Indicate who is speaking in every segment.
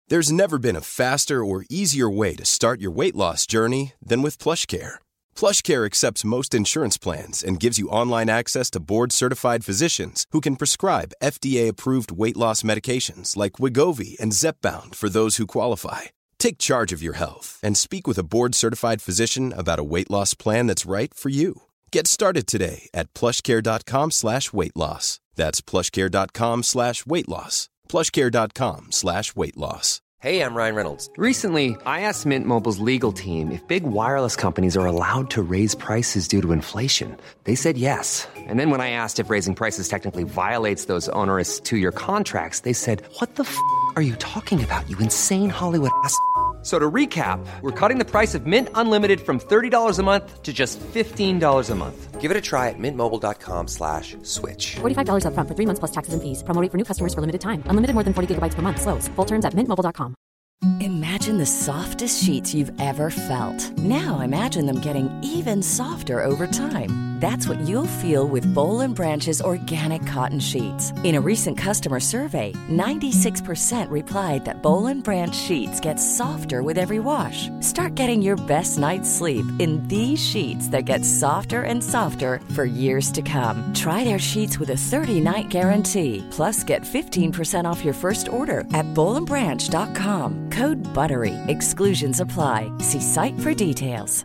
Speaker 1: There's never been a faster or easier way to start your weight loss journey than with PlushCare. PlushCare accepts most insurance plans and gives you online access to board-certified physicians who can prescribe FDA-approved weight loss medications like Wegovy and Zepbound for those who qualify. Take charge of your health and speak with a board-certified physician about a weight loss plan that's right for you. Get started today at plushcare.com/weightloss. That's plushcare.com/weightloss. plushcare.com/weightloss.
Speaker 2: Hey, I'm Ryan Reynolds. Recently, I asked Mint Mobile's legal team if big wireless companies are allowed to raise prices due to inflation. They said yes. And then when I asked if raising prices technically violates those onerous two-year contracts, they said, "What the f*** are you talking about, you insane Hollywood ass?" So to recap, we're cutting the price of Mint Unlimited from $30 a month to just $15 a month. Give it a try at mintmobile.com/switch.
Speaker 3: $45 up front for 3 months plus taxes and fees. Promo rate for new customers for limited time. Unlimited more than 40 gigabytes per month. Slows full terms at mintmobile.com.
Speaker 4: Imagine the softest sheets you've ever felt. Now imagine them getting even softer over time. That's what you'll feel with Boll and Branch's organic cotton sheets. In a recent customer survey, 96% replied that Boll and Branch sheets get softer with every wash. Start getting your best night's sleep in these sheets that get softer and softer for years to come. Try their sheets with a 30-night guarantee. Plus, get 15% off your first order at bollandbranch.com. Code BUTTERY. Exclusions apply. See site for details.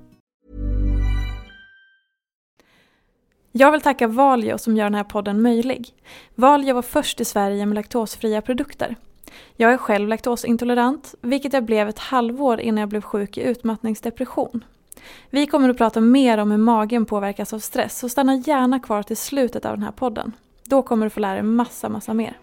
Speaker 5: Jag vill tacka Valio som gör den här podden möjlig. Valio var först i Sverige med laktosfria produkter. Jag är själv laktosintolerant, vilket jag blev ett halvår innan jag blev sjuk i utmattningsdepression. Vi kommer att prata mer om hur magen påverkas av stress, så stanna gärna kvar till slutet av den här podden. Då kommer du få lära dig massa mer.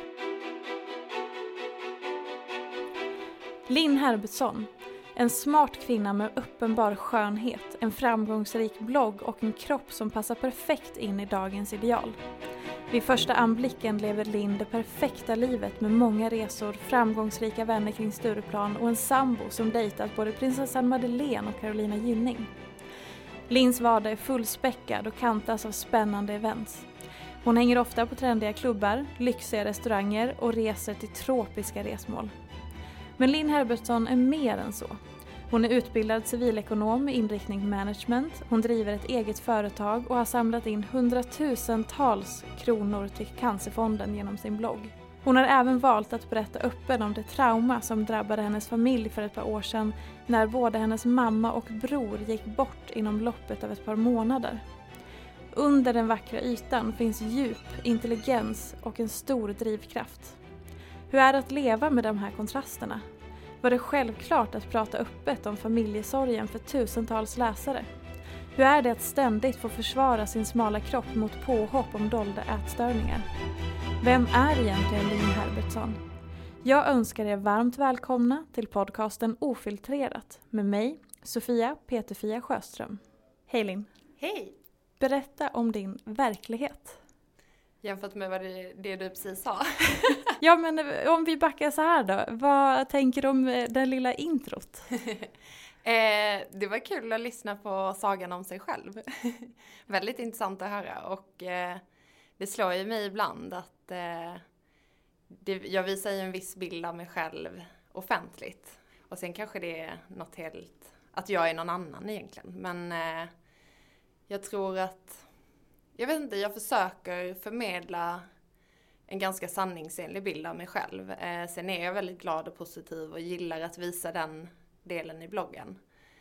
Speaker 5: Linn Herbertsson, en smart kvinna med uppenbar skönhet, en framgångsrik blogg och en kropp som passar perfekt in i dagens ideal. Vid första anblicken lever Linn det perfekta livet med många resor, framgångsrika vänner kring Stureplan och en sambo som dejtat både prinsessan Madeleine och Carolina Gynning. Linns vardag är fullspäckad och kantas av spännande events. Hon hänger ofta på trendiga klubbar, lyxiga restauranger och reser till tropiska resmål. Men Linn Herbertsson är mer än så. Hon är utbildad civilekonom med inriktning management. Hon driver ett eget företag och har samlat in 100,000-tals kronor till Cancerfonden genom sin blogg. Hon har även valt att berätta öppet om det trauma som drabbade hennes familj för ett par år sedan när både hennes mamma och bror gick bort inom loppet av ett par månader. Under den vackra ytan finns djup, intelligens och en stor drivkraft. Hur är det att leva med de här kontrasterna? Var det självklart att prata öppet om familjesorgen för tusentals läsare? Hur är det att ständigt få försvara sin smala kropp mot påhopp om dolda ätstörningar? Vem är egentligen Linn Herbertsson? Jag önskar er varmt välkomna till podcasten Ofiltrerat med mig, Sofia Peterfia Sjöström. Hej Linn.
Speaker 6: Hej!
Speaker 5: Berätta om din verklighet.
Speaker 6: Jämfört med vad det du precis sa.
Speaker 5: Ja, men om vi backar så här då. Vad tänker du om den lilla introt?
Speaker 6: Det var kul att lyssna på sagan om sig själv. Väldigt intressant att höra. Och det slår ju mig ibland att jag visar ju en viss bild av mig själv offentligt. Och sen kanske det är något helt... Att jag är någon annan egentligen. Men jag tror att... Jag vet inte, jag försöker förmedla en ganska sanningsenlig bild av mig själv. Sen är jag väldigt glad och positiv och gillar att visa den delen i bloggen.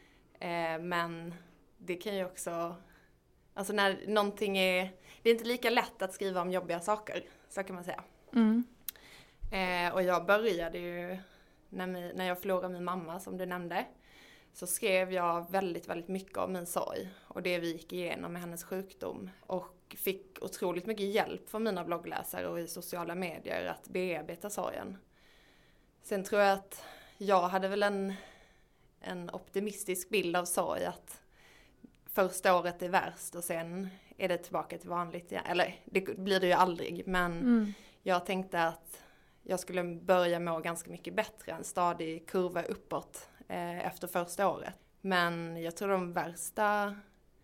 Speaker 6: Men det kan ju också... Alltså när någonting är... Det är inte lika lätt att skriva om jobbiga saker, så kan man säga. Mm. Och jag började ju när jag förlorade min mamma, som du nämnde. Så skrev jag väldigt, väldigt mycket om min sorg och det vi gick igenom med hennes sjukdom. Och fick otroligt mycket hjälp från mina bloggläsare och i sociala medier att bearbeta sorgen. Sen tror jag att jag hade väl en optimistisk bild av sorg, att första året är värst och sen är det tillbaka till vanligt igen. Eller det blir det ju aldrig, men jag tänkte att jag skulle börja må ganska mycket bättre, en stadig kurva uppåt efter första året. Men jag tror de värsta,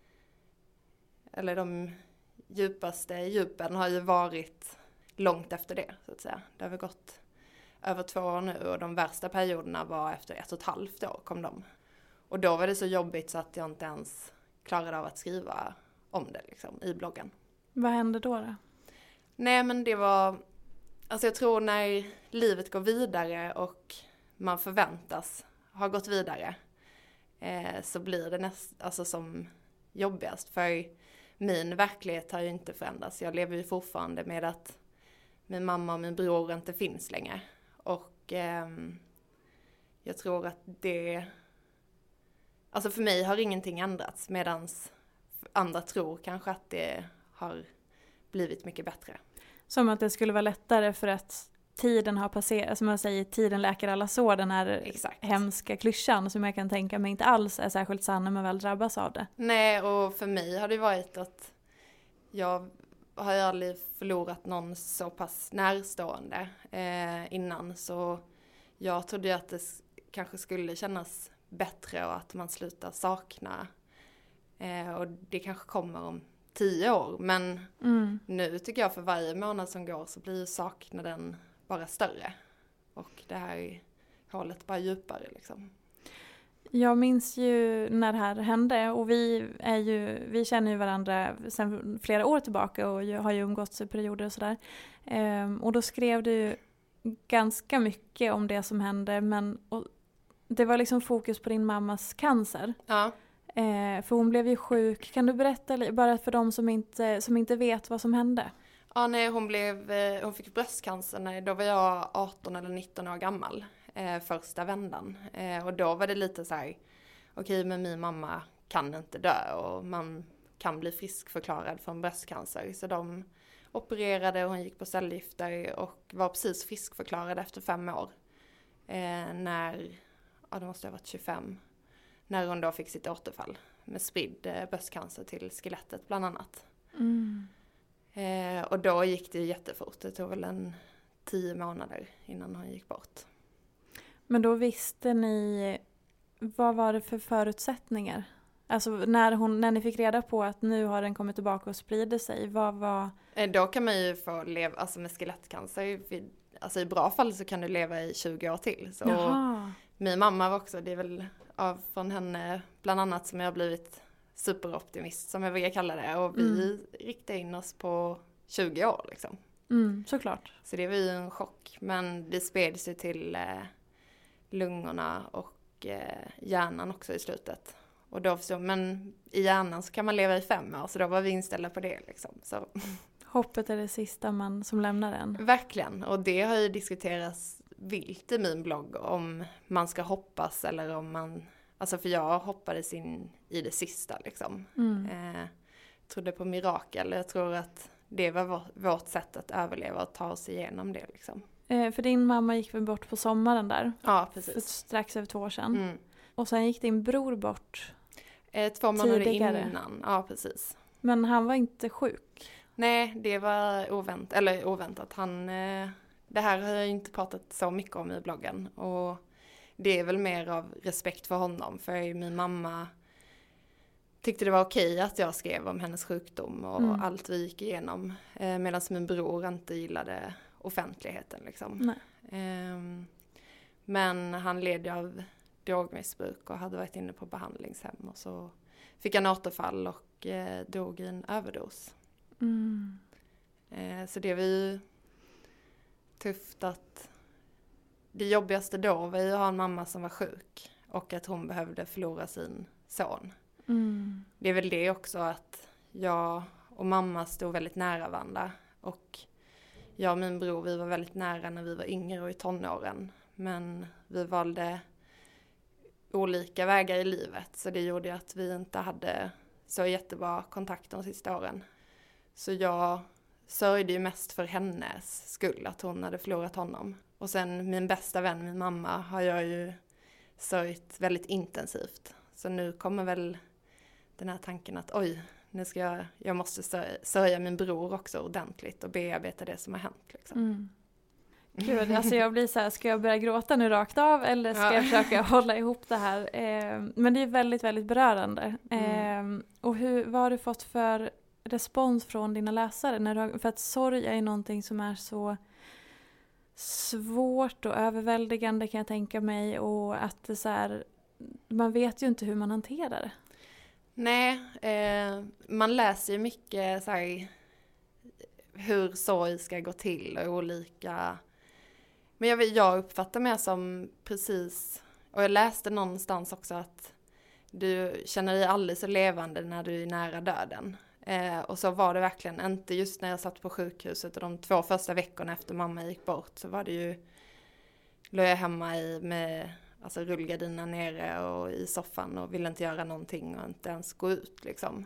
Speaker 6: eller de djupaste djupen har ju varit långt efter det, så att säga. Det har väl gått över 2 år nu och de värsta perioderna var efter 1,5 år kom de. Och då var det så jobbigt så att jag inte ens klarade av att skriva om det liksom, i bloggen.
Speaker 5: Vad hände då?
Speaker 6: Nej, men det var... Alltså jag tror när livet går vidare och man förväntas ha gått vidare så blir det alltså som jobbigast. För min verklighet har ju inte förändrats. Jag lever ju fortfarande med att min mamma och min bror inte finns längre. Och jag tror att det... Alltså för mig har ingenting ändrats, medan andra tror kanske att det har blivit mycket bättre.
Speaker 5: Som att det skulle vara lättare för att tiden har passerat, som man säger, tiden läker alla sår, den här hemska klyschan som jag kan tänka mig inte alls är särskilt sann när man väl drabbas av det.
Speaker 6: Nej, och för mig har det varit att jag har ju aldrig förlorat någon så pass närstående innan, så jag trodde att det kanske skulle kännas bättre och att man slutar sakna. Och det kanske kommer om 10 år. Men nu tycker jag för varje månad som går så blir saknaden bara större. Och det här hålet bara djupare liksom.
Speaker 5: Jag minns ju när det här hände och vi känner ju varandra sedan flera år tillbaka och har ju umgåtts i perioder och sådär. Och då skrev du ju ganska mycket om det som hände, men det var liksom fokus på din mammas cancer.
Speaker 6: Ja.
Speaker 5: För hon blev ju sjuk. Kan du berätta bara för de som inte vet vad som hände?
Speaker 6: Ja, nej, hon fick bröstcancer. Då var jag 18 eller 19 år gammal. Första vändan. Och då var det lite så här, okej, men min mamma kan inte dö och man kan bli friskförklarad från bröstcancer. Så de opererade och hon gick på cellgifter och var precis friskförklarad efter 5 år. Det måste ha varit 25. När hon då fick sitt återfall med spridd bröstcancer till skelettet bland annat. Och då gick det jättefort. Det tog väl 10 månader innan hon gick bort.
Speaker 5: Men då visste ni, vad var det för förutsättningar? Alltså när ni fick reda på att nu har den kommit tillbaka och sprider sig, vad var...
Speaker 6: Då kan man ju få leva, alltså med skelettcancer, alltså i bra fall så kan du leva i 20 år till. Så min mamma var också, det är väl från henne bland annat som jag har blivit superoptimist som jag vill kalla det. Och vi riktade in oss på 20 år liksom.
Speaker 5: Såklart.
Speaker 6: Så det var ju en chock. Men det spred sig till lungorna och hjärnan också i slutet. Och då men i hjärnan så kan man leva i 5 år. Så då var vi inställda på det liksom. Så.
Speaker 5: Hoppet är det sista som lämnar en.
Speaker 6: Verkligen. Och det har ju diskuterats vilt i min blogg om man ska hoppas eller om man... Alltså för jag hoppades in i det sista liksom. Trodde på mirakel. Jag tror att det var vårt sätt att överleva och ta oss igenom det liksom.
Speaker 5: För din mamma gick väl bort på sommaren där?
Speaker 6: Ja, precis.
Speaker 5: För strax över 2 år sedan. Och sen gick din bror bort
Speaker 6: 2 månader
Speaker 5: tidigare.
Speaker 6: innan. Ja, precis.
Speaker 5: Men han var inte sjuk?
Speaker 6: Nej, det var oväntat. Det här har jag inte pratat så mycket om i bloggen. Och det är väl mer av respekt för honom. För min mamma tyckte det var okej att jag skrev om hennes sjukdom och allt vi gick igenom. Medan min bror inte gillade offentligheten liksom. Men han led av drogmissbruk och hade varit inne på behandlingshem. Och så fick han återfall och dog i en överdos. Så det var ju tufft att... Det jobbigaste då var ju att ha en mamma som var sjuk och att hon behövde förlora sin son. Det är väl det också att jag och mamma stod väldigt nära varandra. Och jag och min bror, vi var väldigt nära när vi var yngre och i tonåren. Men vi valde olika vägar i livet. Så det gjorde att vi inte hade så jättebra kontakt de sista åren. Så jag sörjde ju mest för hennes skull att hon hade förlorat honom. Och sen min bästa vän, min mamma, har jag ju sörjt väldigt intensivt. Så nu kommer väl den här tanken att jag måste sörja min bror också ordentligt och bearbeta det som har hänt. Liksom.
Speaker 5: Gud, alltså jag blir så här, ska jag börja gråta nu rakt av eller ska jag försöka hålla ihop det här? Men det är väldigt, väldigt berörande. Och vad har du fått för respons från dina läsare? För att sorg är ju någonting som är så svårt och överväldigande kan jag tänka mig. Och att det så här, man vet ju inte hur man hanterar det.
Speaker 6: Nej, man läser ju mycket så här, hur sorg ska gå till och olika. Men jag uppfattar mig som precis, och jag läste någonstans också att du känner dig aldrig så levande när du är nära döden. Och så var det verkligen inte just när jag satt på sjukhuset och de 2 första veckorna efter mamma gick bort, så var det ju, låg jag hemma med alltså rullgardina nere och i soffan och ville inte göra någonting och inte ens gå ut liksom.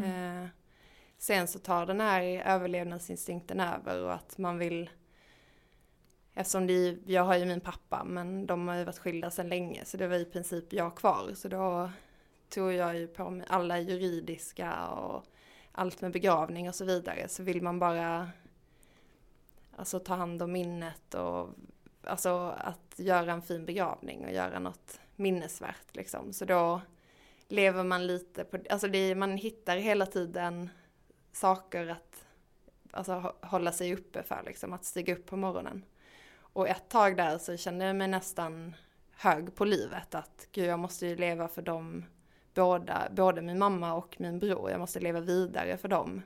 Speaker 6: Sen så tar den här överlevnadsinstinkten över och att man vill, eftersom jag har ju min pappa men de har ju varit skilda sedan länge så det var i princip jag kvar, så då tog jag ju på mig alla juridiska och allt med begravning och så vidare, så vill man bara alltså ta hand om minnet och alltså att göra en fin begravning och göra något minnesvärt liksom. Så då lever man lite på, alltså man hittar hela tiden saker att alltså hålla sig uppe för liksom, att stiga upp på morgonen. Och ett tag där så kände jag mig nästan hög på livet, att gud, jag måste ju leva för dem både min mamma och min bror, jag måste leva vidare för dem.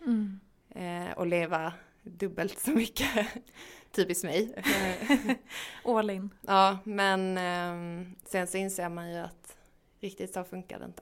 Speaker 6: Och leva dubbelt så mycket. Typiskt mig.
Speaker 5: All in.
Speaker 6: Ja, men sen så inser man ju att riktigt så funkar det inte.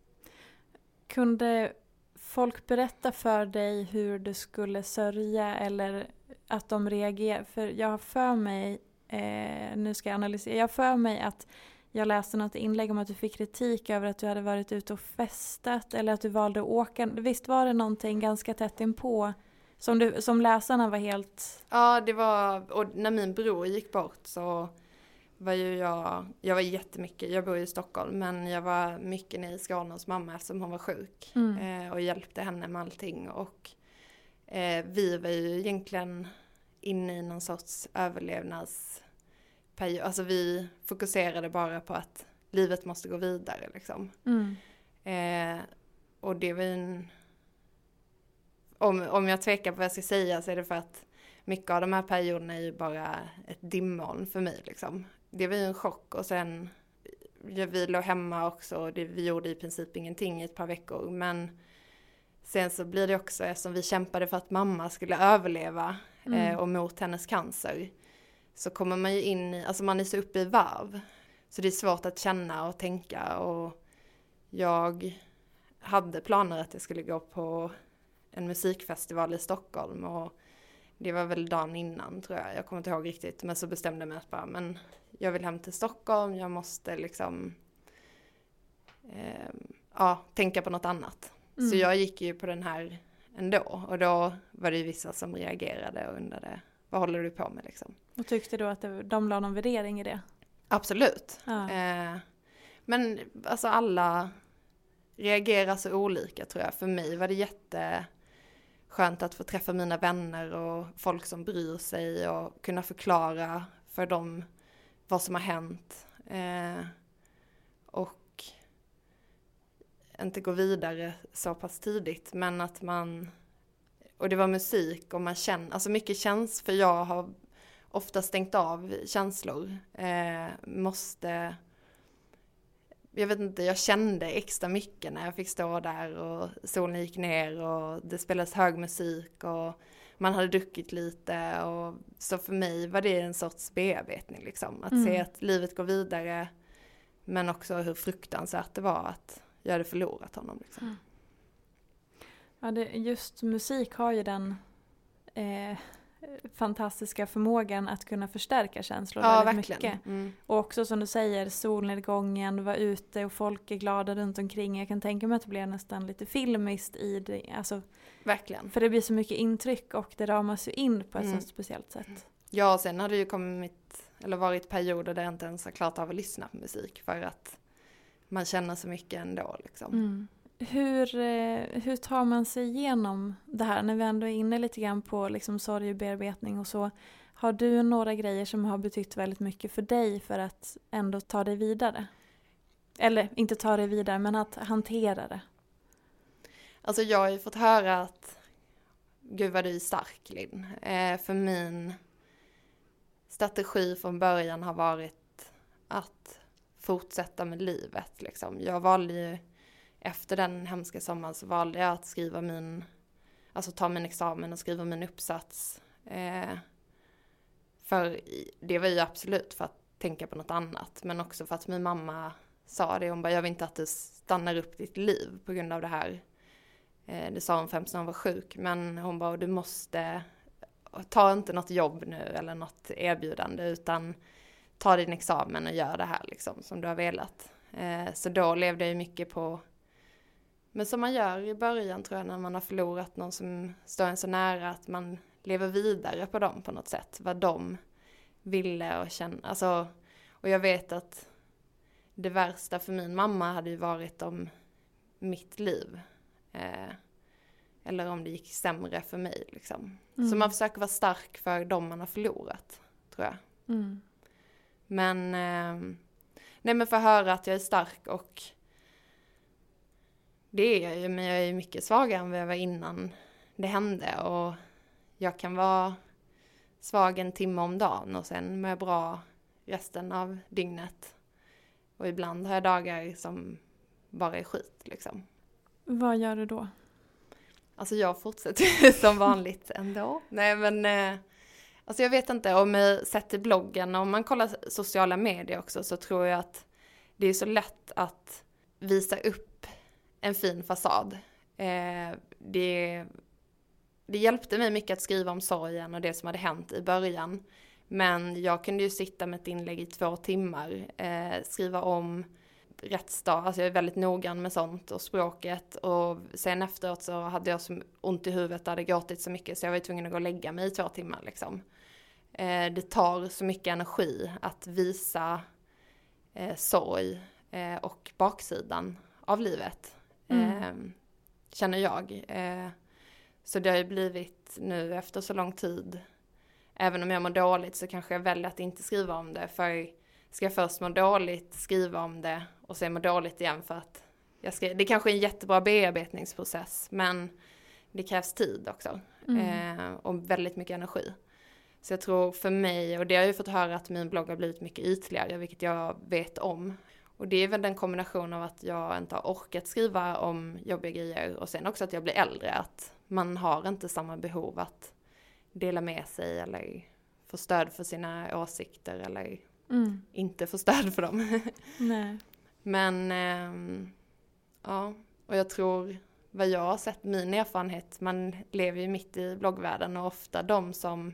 Speaker 5: Kunde folk berätta för dig hur du skulle sörja eller att de reagerar? För jag har för mig, nu ska jag analysera, jag har för mig att jag läste något inlägg om att du fick kritik över att du hade varit ute och festat eller att du valde att åka. Visst var det någonting ganska tätt inpå som läsarna var helt...
Speaker 6: Ja, det var, och när min bror gick bort så var ju jag var jättemycket, jag bor i Stockholm, men jag var mycket nere i Skåne hos mamma eftersom hon var sjuk och hjälpte henne med allting. Och vi var ju egentligen inne i någon sorts överlevnadsperiod. Alltså vi fokuserade bara på att livet måste gå vidare liksom. Och det var en... Om jag tvekar på vad jag ska säga så är det för att mycket av de här perioderna är ju bara ett dimmoln för mig liksom. Det var ju en chock och sen vi låg hemma också och vi gjorde i princip ingenting i ett par veckor. Men sen så blir det också, eftersom vi kämpade för att mamma skulle överleva och mot hennes cancer, så kommer man ju in i, alltså man är så uppe i varv. Så det är svårt att känna och tänka, och jag hade planer att jag skulle gå på en musikfestival i Stockholm och det var väl dagen innan tror jag kommer inte ihåg riktigt, men så bestämde jag mig att bara, men jag vill hem till Stockholm, jag måste liksom tänka på något annat. Så jag gick ju på den här ändå, och då var det ju vissa som reagerade och undrade, vad håller du på med liksom?
Speaker 5: Och tyckte du att de la någon värdering i det?
Speaker 6: Absolut.
Speaker 5: Ja.
Speaker 6: Men alltså alla reagerar så olika tror jag. För mig var det jätteskönt att få träffa mina vänner och folk som bryr sig och kunna förklara för dem vad som har hänt. Och inte gå vidare så pass tidigt, men att man, och det var musik och man känner, alltså mycket känns, för jag har ofta stängt av känslor. Jag vet inte, jag kände extra mycket när jag fick stå där och solen gick ner och det spelades hög musik och man hade druckit lite, och så för mig var det en sorts bearbetning liksom. Att se att livet går vidare, men också hur fruktansvärt det var att jag hade förlorat honom liksom.
Speaker 5: Ja, just musik har ju den fantastiska förmågan att kunna förstärka känslor väldigt
Speaker 6: verkligen.
Speaker 5: Mycket. Och också som du säger, solnedgången, var ute och folk är glada runt omkring. Jag kan tänka mig att det blir nästan lite filmiskt i det. Alltså,
Speaker 6: verkligen.
Speaker 5: För det blir så mycket intryck och det ramas ju in på ett så speciellt sätt.
Speaker 6: Ja, sen har det ju varit perioder där jag inte ens har klart av att lyssna på musik för att man känner så mycket ändå liksom.
Speaker 5: Hur tar man sig igenom det här när vi ändå är inne lite grann på liksom sorg och bearbetning och så? Har du några grejer som har betytt väldigt mycket för dig för att ändå ta dig vidare? Eller inte ta dig vidare, men att hantera det.
Speaker 6: Alltså jag har ju fått höra att gud vad du är stark, Linn. För min strategi från början har varit att fortsätta med livet. Liksom. Jag valde ju, efter den hemska sommaren så valde jag att ta min examen och skriva min uppsats. För det var ju absolut för att tänka på något annat. Men också för att min mamma sa det. Hon bara, jag vill inte att du stannar upp ditt liv på grund av det här. Det sa hon främst när hon var sjuk. Men hon bara, du måste ta inte något jobb nu eller något erbjudande. Utan ta din examen och gör det här liksom, som du har velat. Så då levde jag ju mycket på, men som man gör i början tror jag när man har förlorat någon som står en så nära, att man lever vidare på dem på något sätt. Vad de ville och kände. Alltså, och jag vet att det värsta för min mamma hade ju varit om mitt liv. Eller om det gick sämre för mig. Liksom. Så man försöker vara stark för dem man har förlorat, tror jag.
Speaker 5: Mm.
Speaker 6: Men för att höra att jag är stark, och det är jag ju, men jag är mycket svagare än vad jag var innan det hände. Och jag kan vara svag en timme om dagen och sen mår jag bra resten av dygnet. Och ibland har jag dagar som bara är skit liksom.
Speaker 5: Vad gör du då?
Speaker 6: Alltså jag fortsätter som vanligt ändå. Nej men, alltså jag vet inte, om jag sätter bloggen, om man kollar sociala medier också, så tror jag att det är så lätt att visa upp en fin fasad. Det hjälpte mig mycket att skriva om sorgen och det som hade hänt i början. Men jag kunde ju sitta med ett inlägg i 2 timmar, skriva om rättsdag. Alltså jag är väldigt noggrann med sånt och språket. Och sen efteråt så hade jag så ont i huvudet och hade gråtit så mycket så jag var tvungen att gå och lägga mig i 2 timmar. Liksom. Det tar så mycket energi att visa sorg och baksidan av livet. Känner jag. Så det har ju blivit nu efter så lång tid. Även om jag mår dåligt så kanske jag väljer att inte skriva om det. För ska jag först må dåligt, skriva om det och sen må dåligt igen för att det kanske är en jättebra bearbetningsprocess, men det krävs tid också. Och väldigt mycket energi. Så jag tror för mig, och det har jag ju fått höra, att min blogg har blivit mycket ytligare, vilket jag vet om. Och det är väl den kombination av att jag inte har orkat skriva om jobbiga grejer och sen också att jag blir äldre, att man har inte samma behov att dela med sig eller få stöd för sina åsikter eller inte få stöd för dem.
Speaker 5: Nej.
Speaker 6: Men ja, och jag tror vad jag har sett, min erfarenhet, man lever ju mitt i bloggvärlden och ofta de som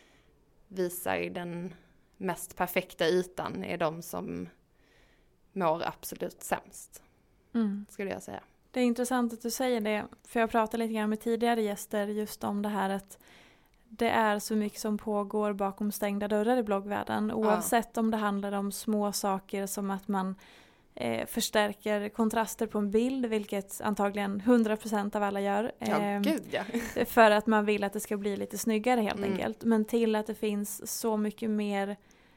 Speaker 6: visar den mest perfekta ytan är de som mår absolut sämst, skulle jag säga.
Speaker 5: Det är intressant att du säger det, för jag pratade lite grann med tidigare gäster just om det här att det är så mycket som pågår bakom stängda dörrar i bloggvärlden. Oavsett om det handlar om små saker som att man förstärker kontraster på en bild, vilket antagligen 100% av alla gör. För att man vill att det ska bli lite snyggare helt enkelt. Men till att det finns så mycket mer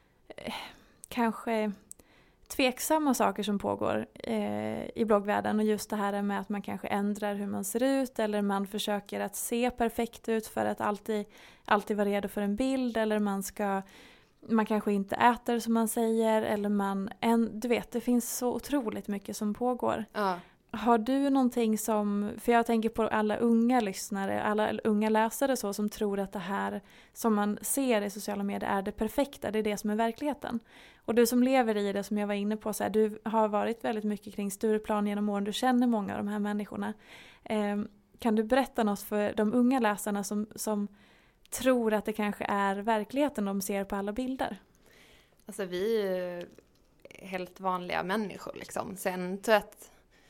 Speaker 5: kanske tveksamma saker som pågår i bloggvärlden, och just det här med att man kanske ändrar hur man ser ut, eller man försöker att se perfekt ut för att alltid vara redo för en bild, eller man kanske inte äter som man säger, eller du vet, det finns så otroligt mycket som pågår. Har du någonting för jag tänker på alla unga lyssnare, alla unga läsare så, som tror att det här som man ser i sociala medier är det perfekta, det är det som är verkligheten. Och du som lever i det, som jag var inne på, så här, du har varit väldigt mycket kring Stureplan genom åren, du känner många av de här människorna. Kan du berätta något för de unga läsarna som tror att det kanske är verkligheten de ser på alla bilder?
Speaker 6: Alltså vi är helt vanliga människor liksom. Sen tror jag att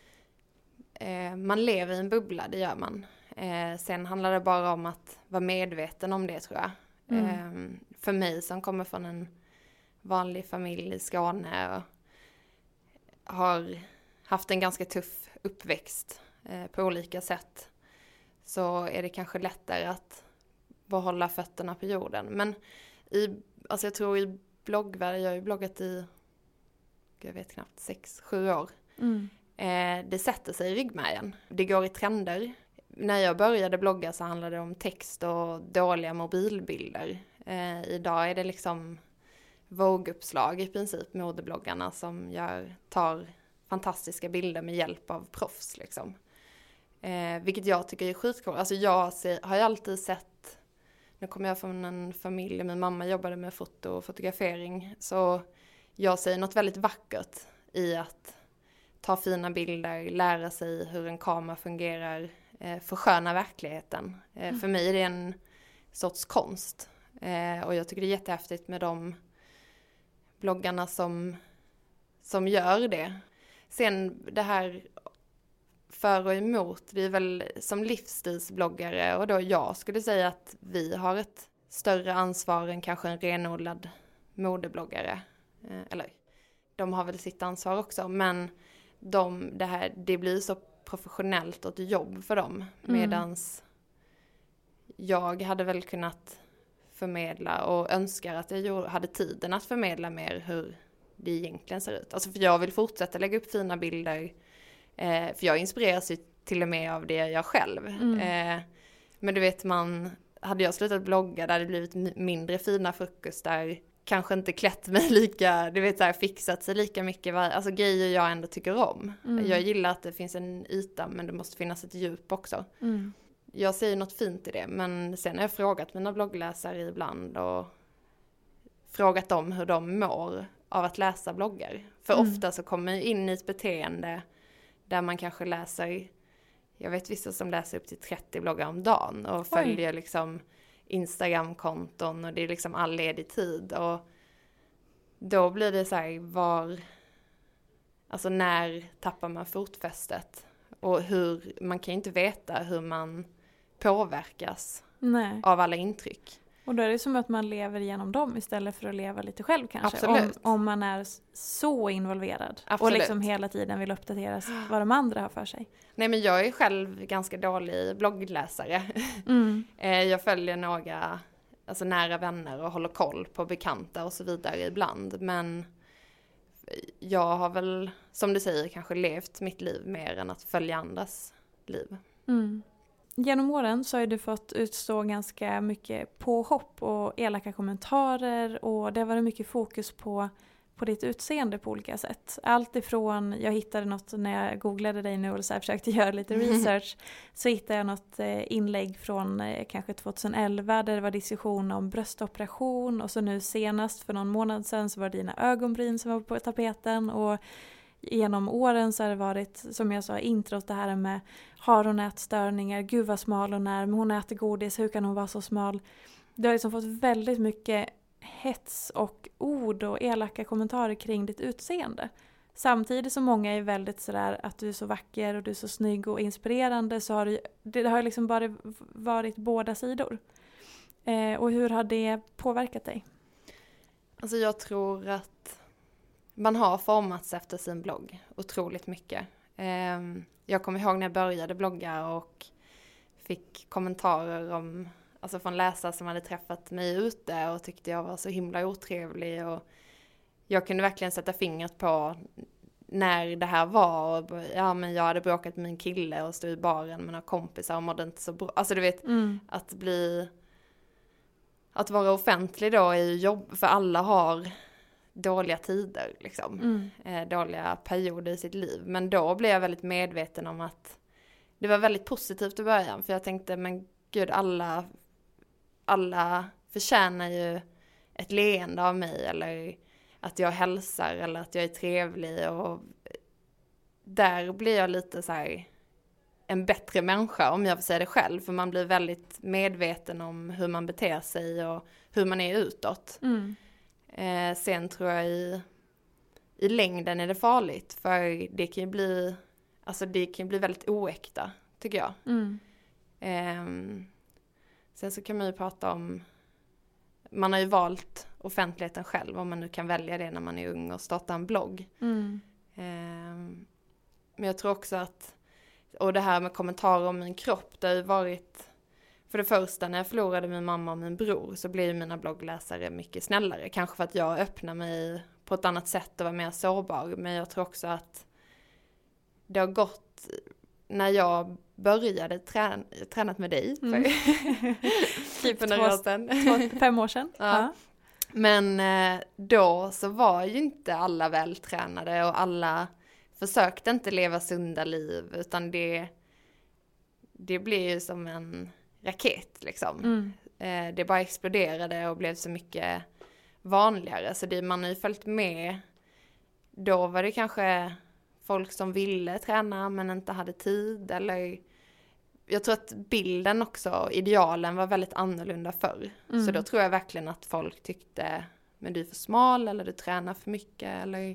Speaker 6: man lever i en bubbla, det gör man. Sen handlar det bara om att vara medveten om det, tror jag. För mig som kommer från en vanlig familj i Skåne och har haft en ganska tuff uppväxt på olika sätt, så är det kanske lättare att behålla fötterna på jorden. Men jag tror i bloggvärlden, jag har ju bloggat i, jag vet knappt, 6-7 år. Det sätter sig i ryggmärgen. Det går i trender. När jag började blogga så handlade det om text och dåliga mobilbilder. Idag är det liksom Vogue-uppslag i princip, modebloggarna som tar fantastiska bilder med hjälp av proffs liksom. Vilket jag tycker är skitcoolt. Alltså har ju alltid sett, nu kommer jag från en familj, min mamma jobbade med foto och fotografering, så jag ser något väldigt vackert i att ta fina bilder, lära sig hur en kamera fungerar, försköna verkligheten. För mig är det en sorts konst. Och jag tycker det är jättehäftigt med de bloggarna som gör det. Sen det här för och emot, vi är väl som livsstilsbloggare, och då jag skulle säga att vi har ett större ansvar än kanske en renodlad modebloggare. Eller de har väl sitt ansvar också, men det blir så professionellt och ett jobb för dem. Medans jag hade väl kunnat förmedla och önskar att jag hade tiden att förmedla mer hur det egentligen ser ut. Alltså för jag vill fortsätta lägga upp fina bilder. För jag inspireras ju till och med av det jag själv. Men du vet, hade jag slutat blogga där det blivit mindre fina frukostar, kanske inte klätt mig lika, du vet så här, fixat sig lika mycket, alltså grejer jag ändå tycker om. Jag gillar att det finns en yta, men det måste finnas ett djup också. Jag ser något fint i det, men sen har jag frågat mina bloggläsare ibland och frågat dem hur de mår av att läsa bloggar. För ofta så kommer jag in i ett beteende där man kanske läser, jag vet vissa som läser upp till 30 bloggar om dagen och följer liksom Instagram-konton, och det är liksom all ledig tid, och då blir det så här, alltså när tappar man fotfästet, och man kan ju inte veta hur man påverkas av alla intryck.
Speaker 5: Och då är det som att man lever igenom dem istället för att leva lite själv kanske.
Speaker 6: Absolut.
Speaker 5: Om man är så involverad.
Speaker 6: Absolut.
Speaker 5: Och liksom hela tiden vill uppdateras vad de andra har för sig.
Speaker 6: Nej, men jag är själv ganska dålig bloggläsare. Jag följer några nära vänner och håller koll på bekanta och så vidare ibland. Men jag har väl, som du säger, kanske levt mitt liv mer än att följa andras liv.
Speaker 5: Genom åren så har du fått utstå ganska mycket påhopp och elaka kommentarer, och det har varit mycket fokus på ditt utseende på olika sätt. Allt ifrån, jag hittade något när jag googlade dig nu och så här försökte göra lite research, så hittade jag något inlägg från kanske 2011 där det var diskussion om bröstoperation, och så nu senast för någon månad sedan så var det dina ögonbryn som var på tapeten, och genom åren så har det varit, som jag sa, introt det här med har hon ätstörningar, gud vad smal hon är, men hon äter godis, hur kan hon vara så smal? Du har liksom fått väldigt mycket hets och ord och elaka kommentarer kring ditt utseende. Samtidigt som många är väldigt sådär att du är så vacker och du är så snygg och inspirerande, så har det har liksom bara varit båda sidor. Och hur har det påverkat dig?
Speaker 6: Alltså jag tror att man har formats efter sin blogg otroligt mycket. Jag kommer ihåg när jag började blogga och fick kommentarer från läsare som hade träffat mig ute och tyckte jag var så himla otrevlig. Och jag kunde verkligen sätta fingret på när det här var. Och, men jag hade bråkat med min kille och stod i baren med några kompisar och mådde inte så bra. Alltså du vet, att vara offentlig då är ju jobb, för alla har dåliga tider liksom. Dåliga perioder i sitt liv. Men då blev jag väldigt medveten om att det var väldigt positivt i början. För jag tänkte, men gud, alla förtjänar ju ett leende av mig, eller att jag hälsar, eller att jag är trevlig. Och där blir jag lite så här en bättre människa, om jag får säga det själv. För man blir väldigt medveten om hur man beter sig och hur man är utåt. Sen tror jag i längden är det farligt, för det kan ju bli väldigt oäkta, tycker jag. Sen så kan man ju prata om, man har ju valt offentligheten själv, om man nu kan välja det när man är ung och starta en blogg. Men jag tror också att, och det här med kommentarer om min kropp, det har ju varit, för det första, när jag förlorade min mamma och min bror så blev mina bloggläsare mycket snällare. Kanske för att jag öppnar mig på ett annat sätt och var mer sårbar. Men jag tror också att det har gått, när jag började tränat med dig
Speaker 5: Typ
Speaker 6: för några år sedan.
Speaker 5: 5 år sedan.
Speaker 6: Ja. Men då så var ju inte alla vältränade och alla försökte inte leva sunda liv, utan det blev ju som en raket liksom. Det bara exploderade och blev så mycket vanligare. Så man har ju följt med. Då var det kanske folk som ville träna men inte hade tid. Eller jag tror att bilden också, idealen var väldigt annorlunda förr. Så då tror jag verkligen att folk tyckte, men du är för smal eller du tränar för mycket eller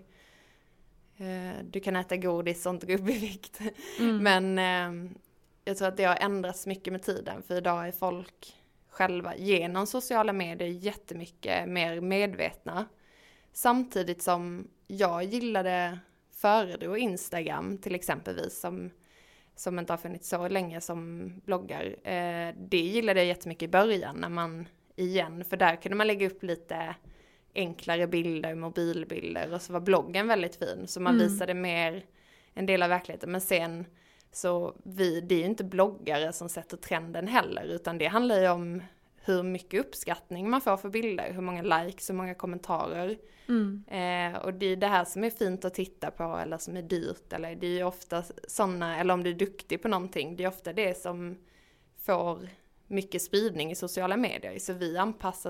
Speaker 6: du kan äta godis och inte gå upp i vikt. Men jag tror att det har ändrats mycket med tiden. För idag är folk själva genom sociala medier jättemycket mer medvetna. Samtidigt som jag gillade före då Instagram till exempelvis som inte har funnits så länge som bloggar. Det gillade jag jättemycket i början när man för där kunde man lägga upp lite enklare bilder, mobilbilder och så var bloggen väldigt fin. Så man visade mer en del av verkligheten. Men sen så det är ju inte bloggare som sätter trenden heller, utan det handlar ju om hur mycket uppskattning man får för bilder, hur många likes, hur många kommentarer. Och det är det här som är fint att titta på eller som är dyrt. Eller det är ju ofta sådana, eller om du är duktig på någonting, det är ofta det som får mycket spridning i sociala medier. Så vi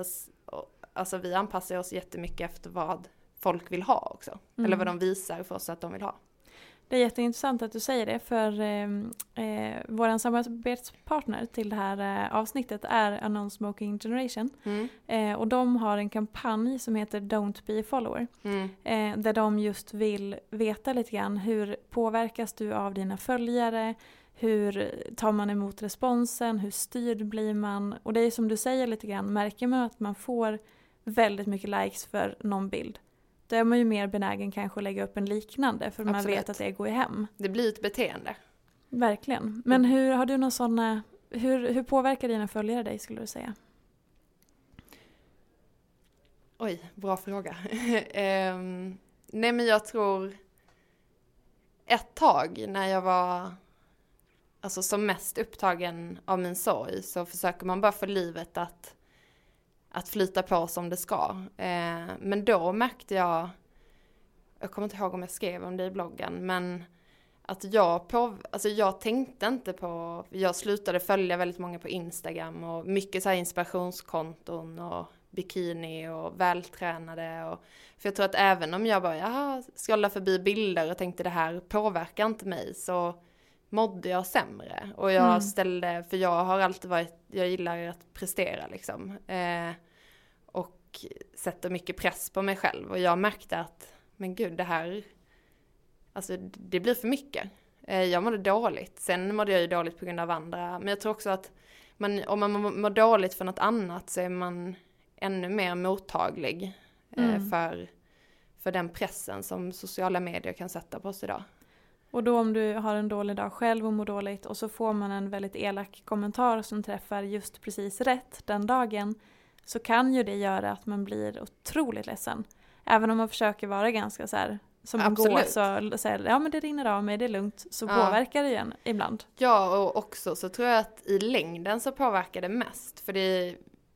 Speaker 6: anpassar oss jättemycket efter vad folk vill ha också. Eller vad de visar för oss att de vill ha.
Speaker 5: Det är jätteintressant att du säger det, för vår samarbetspartner till det här avsnittet är A Non-Smoking Generation. Och de har en kampanj som heter Don't Be a Follower. Där de just vill veta lite grann, hur påverkas du av dina följare? Hur tar man emot responsen? Hur styrd blir man? Och det är som du säger lite grann, märker man att man får väldigt mycket likes för någon bild, då är man ju mer benägen kanske att lägga upp en liknande, för man vet att det går hem.
Speaker 6: Det blir ett beteende.
Speaker 5: Verkligen. Men har du några sådana, hur påverkar dina följare dig, skulle du säga?
Speaker 6: Oj, bra fråga. Nej, men jag tror ett tag när jag var som mest upptagen av min sorg, så försöker man bara få livet att flyta på som det ska. Men då märkte jag kommer inte ihåg om jag skrev om det i bloggen, men att jag tänkte inte på, jag slutade följa väldigt många på Instagram och mycket så här inspirationskonton och bikini och vältränade. För jag tror att även om jag bara scrollade förbi bilder och tänkte det här påverkar inte mig, så mådde jag sämre. Och jag för jag har alltid jag gillar att prestera liksom. Och sätter mycket press på mig själv. Och jag märkte att, men gud, det här, det blir för mycket. Jag mådde dåligt. Sen mådde jag ju dåligt på grund av andra. Men jag tror också att om man mår dåligt för något annat, så är man ännu mer mottaglig för den pressen som sociala medier kan sätta på oss idag. Och
Speaker 5: då om du har en dålig dag själv och mår dåligt, och så får man en väldigt elak kommentar som träffar just precis rätt den dagen, så kan ju det göra att man blir otroligt ledsen. Även om man försöker vara ganska så här, som man går, så säger ja men det rinner av mig, det är lugnt, så påverkar det igen ibland. Ja, och också så tror jag att i längden så påverkar det mest. För det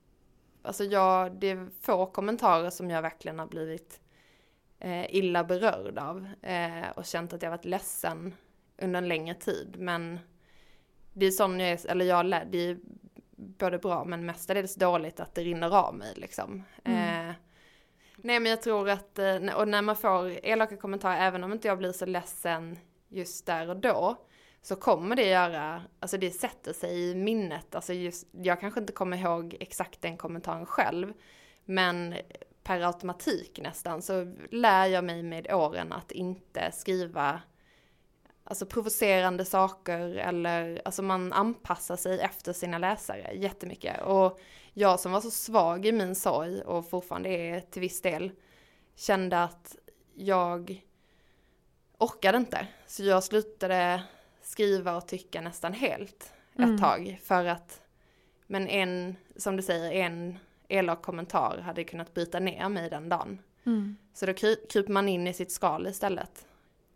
Speaker 5: är få kommentarer som jag verkligen har blivit illa berörd av och känt att jag varit ledsen under en längre tid. Men det är sån det är både bra men mestadels dåligt att det rinner av mig liksom. Nej, men jag tror att och när man får elaka kommentarer, även om inte jag blir så ledsen just där och då, så kommer det göra, det sätter sig i minnet. Jag kanske inte kommer ihåg exakt den kommentaren själv, men per automatik nästan så lär jag mig med åren att inte skriva provocerande saker, eller man anpassar sig efter sina läsare jättemycket. Och jag som var så svag i min sorg och fortfarande är till viss del, kände att jag orkade inte. Så jag slutade skriva och tycka nästan helt ett tag, för att som du säger, en elak kommentar hade kunnat bryta ner mig den dagen. Så då kryper man in i sitt skal istället,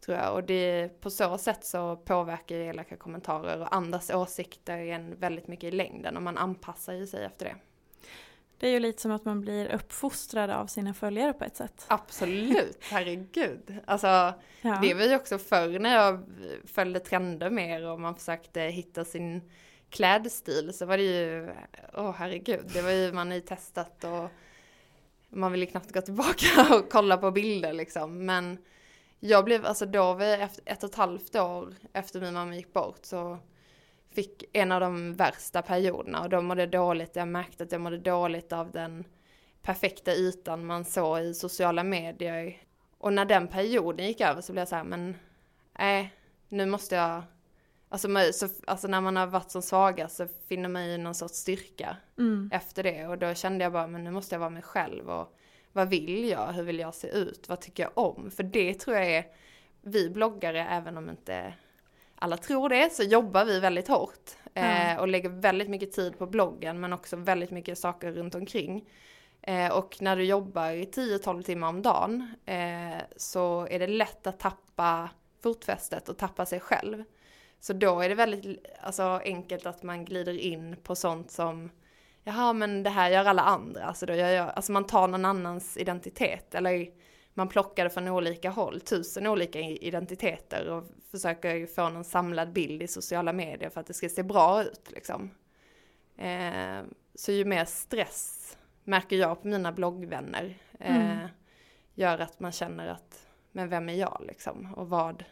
Speaker 6: tror jag. Och det, på så sätt så påverkar ju elaka kommentarer och andras åsikter en väldigt mycket i längden. Och man anpassar ju sig efter det.
Speaker 5: Det är ju lite som att man blir uppfostrad av sina följare på ett sätt.
Speaker 6: Absolut, herregud. Alltså, det var ju också förr när jag följde trender mer och man försökte hitta sin klädstil. Så var det ju, herregud, det var ju man har ju testat och man ville knappt gå tillbaka och kolla på bilder liksom. Men jag blev, alltså då var jag efter 1,5 år efter min mamma gick bort så fick en av de värsta perioderna och då mådde dåligt. Jag märkte att jag mådde dåligt av den perfekta ytan man såg i sociala medier. Och när den perioden gick över så blev jag så här, men nu måste jag... Alltså när man har varit som svagast så finner man ju någon sorts styrka efter det. Och då kände jag bara, men nu måste jag vara mig själv. Och vad vill jag? Hur vill jag se ut? Vad tycker jag om? För det tror jag är, vi bloggare, även om inte alla tror det, så jobbar vi väldigt hårt. Och lägger väldigt mycket tid på bloggen, men också väldigt mycket saker runt omkring. Och när du jobbar 10-12 timmar om dagen så är det lätt att tappa fotfästet och tappa sig själv. Så då är det väldigt enkelt att man glider in på sånt som, jaha, men det här gör alla andra. Alltså, då gör jag, alltså man tar någon annans identitet, eller man plockar det från olika håll, 1000 olika identiteter och försöker få någon samlad bild i sociala medier för att det ska se bra ut liksom. Så ju mer stress märker jag på mina bloggvänner gör att man känner att, men vem är jag liksom? Och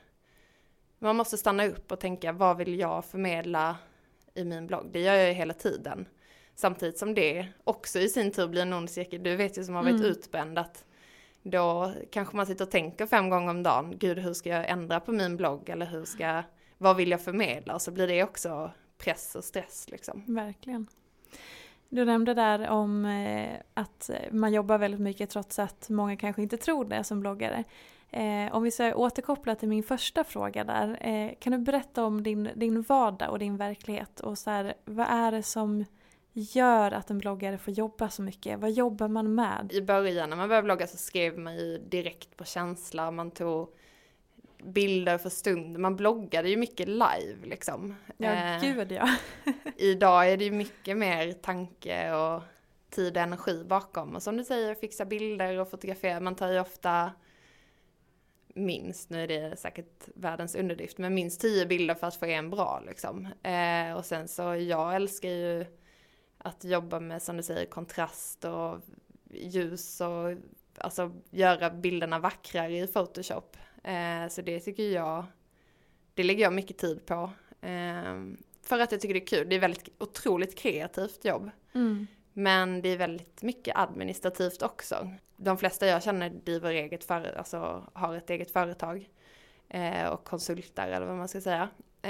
Speaker 6: man måste stanna upp och tänka, vad vill jag förmedla i min blogg? Det gör jag ju hela tiden. Samtidigt som det också i sin tur blir en ond cirkel. Du vet ju som har varit utbränd att då kanske man sitter och tänker 5 gånger om dagen. Gud, hur ska jag ändra på min blogg? Eller vad vill jag förmedla? Och så blir det också press och stress liksom.
Speaker 5: Verkligen. Du nämnde där om att man jobbar väldigt mycket trots att många kanske inte tror det som bloggare. Om vi ska återkoppla till min första fråga där. Kan du berätta om din vardag och din verklighet? Och så här, vad är det som gör att en bloggare får jobba så mycket? Vad jobbar man med?
Speaker 6: I början när man började blogga så skrev man ju direkt på känsla. Man tog bilder för stund. Man bloggade ju mycket live liksom.
Speaker 5: Ja, gud ja.
Speaker 6: Idag är det ju mycket mer tanke och tid och energi bakom. Och som du säger, fixa bilder och fotografera. Man tar ju ofta minst, nu är det säkert världens underdrift, men minst 10 bilder för att få en bra liksom. Och sen så, jag älskar ju att jobba med, som du säger, kontrast och ljus och alltså göra bilderna vackrare i Photoshop. Så det tycker jag, det lägger jag mycket tid på. För att jag tycker det är kul. Det är väldigt otroligt kreativt jobb. Men det är väldigt mycket administrativt också. De flesta jag känner driver har ett eget företag och konsultar eller vad man ska säga.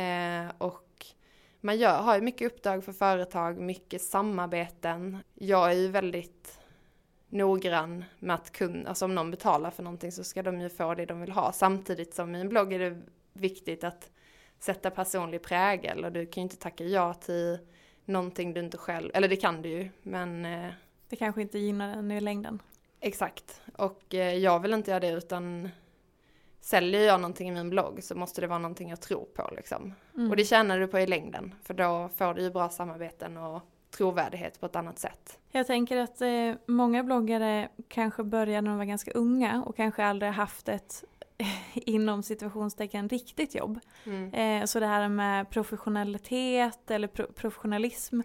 Speaker 6: Och man har ju mycket uppdrag för företag, mycket samarbeten. Jag är ju väldigt noggrann med att alltså om någon betalar för någonting så ska de ju få det de vill ha. Samtidigt som i en blogg är det viktigt att sätta personlig prägel och du kan ju inte tacka ja till någonting du inte själv, eller det kan du ju, men
Speaker 5: det kanske inte gynnar den i längden.
Speaker 6: Exakt, och jag vill inte göra det, utan säljer jag någonting i min blogg så måste det vara någonting jag tror på liksom. Och det tjänar du på i längden, för då får du ju bra samarbeten och trovärdighet på ett annat sätt.
Speaker 5: Jag tänker att många bloggare kanske börjar när de var ganska unga och kanske aldrig haft ett inom situationstecken riktigt jobb. Så det här med professionalitet eller professionalism,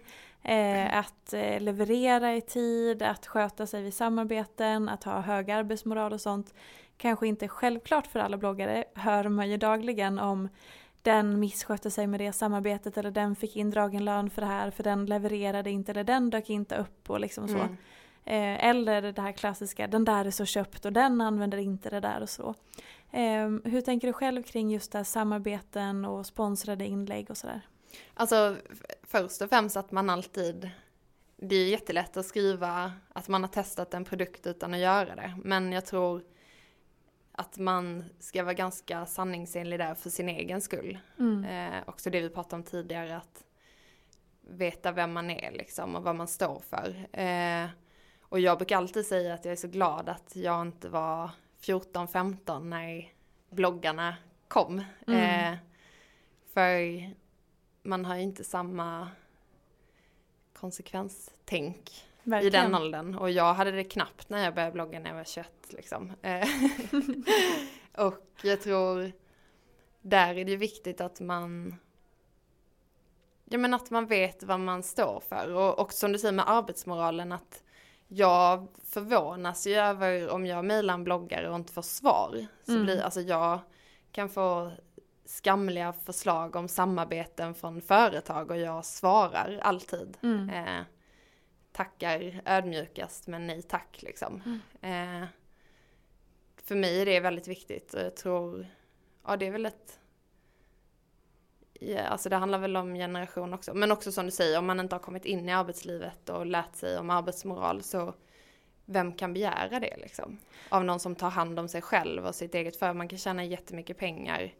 Speaker 5: att leverera i tid, att sköta sig vid samarbeten, att ha hög arbetsmoral och sånt, kanske inte självklart för alla bloggare. Hör man ju dagligen om den misskötte sig med det samarbetet, eller den fick indragen lön för det här för den levererade inte, eller den dök inte upp och liksom så. Eller det här klassiska, den där är så köpt och den använder inte det där och så. Hur tänker du själv kring just det här samarbeten och sponsrade inlägg och sådär?
Speaker 6: Alltså först och främst att man alltid, det är jättelätt att skriva att man har testat en produkt utan att göra det. Men jag tror att man ska vara ganska sanningsenlig där för sin egen skull. Också det vi pratade om tidigare, att veta vem man är liksom och vad man står för. Och jag brukar alltid säga att jag är så glad att jag inte var 14-15 när bloggarna kom. För man har ju inte samma konsekvenstänk i den åldern. Och jag hade det knappt när jag började blogga när jag var 21 liksom. Och jag tror där är det viktigt att man att man vet vad man står för. Och som du säger med arbetsmoralen, att jag förvånas ju över om jag mejlar en bloggare och inte får svar. Så jag kan få skamliga förslag om samarbeten från företag och jag svarar alltid. Tackar ödmjukast men nej tack liksom. För mig är det väldigt viktigt och jag tror, det är väl alltså det handlar väl om generation också. Men också som du säger, om man inte har kommit in i arbetslivet och lärt sig om arbetsmoral, så vem kan begära det liksom? Av någon som tar hand om sig själv och sitt eget för. Man kan tjäna jättemycket pengar.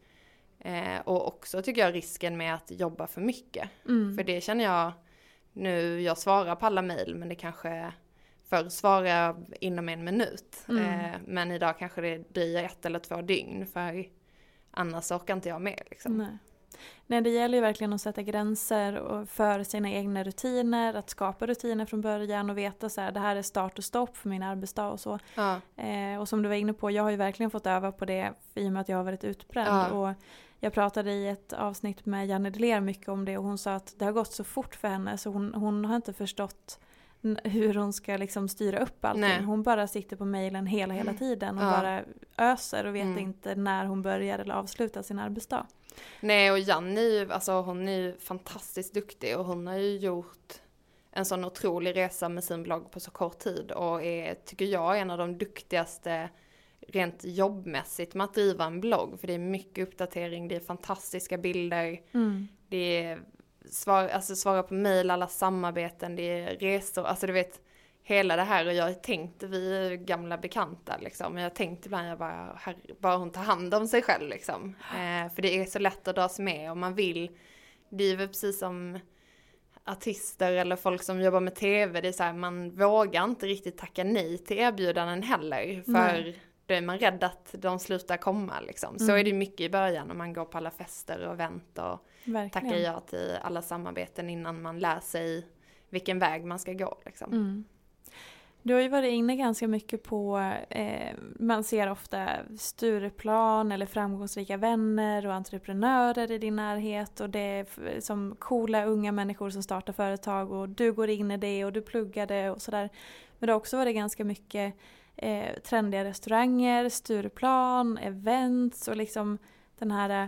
Speaker 6: Och också tycker jag risken med att jobba för mycket. För det känner jag nu, jag svarar på alla mejl, men det kanske förr svarar jag inom 1 minut. Men idag kanske det dröjer 1 eller 2 dygn, för annars orkar inte jag med liksom.
Speaker 5: Nej, det gäller ju verkligen att sätta gränser för sina egna rutiner, att skapa rutiner från början och veta så här, det här är start och stopp för min arbetsdag och så. Och som du var inne på, jag har ju verkligen fått öva på det i och med att jag har varit utbränd. Och jag pratade i ett avsnitt med Janne Deler mycket om det, och hon sa att det har gått så fort för henne så hon har inte förstått hur hon ska liksom styra upp allting. Nej. Hon bara sitter på mejlen hela tiden och bara öser och vet inte när hon börjar eller avslutar sin arbetsdag.
Speaker 6: Nej, och Janne hon är ju fantastiskt duktig och hon har ju gjort en sån otrolig resa med sin blogg på så kort tid och är, tycker jag, en av de duktigaste rent jobbmässigt med att driva en blogg, för det är mycket uppdatering, det är fantastiska bilder, det är svara på mejl, alla samarbeten, det är resor, alltså du vet hela det här. Och jag tänkte, vi är gamla bekanta liksom, men jag tänkte ibland, bara hon tar hand om sig själv liksom. För det är så lätt att dras med om man vill. Det är väl precis som artister eller folk som jobbar med tv, det är så här, man vågar inte riktigt tacka nej till erbjudanden heller, för då är man rädd att de slutar komma liksom. Så är det mycket i början när man går på alla fester och event och tackar ja till alla samarbeten innan man lär sig vilken väg man ska gå liksom.
Speaker 5: Du har ju varit inne ganska mycket på, man ser ofta Stureplan eller framgångsrika vänner och entreprenörer i din närhet, och det är som coola unga människor som startar företag och du går in i det och du pluggar det och sådär. Men det har också varit ganska mycket trendiga restauranger, Stureplan, events och liksom den här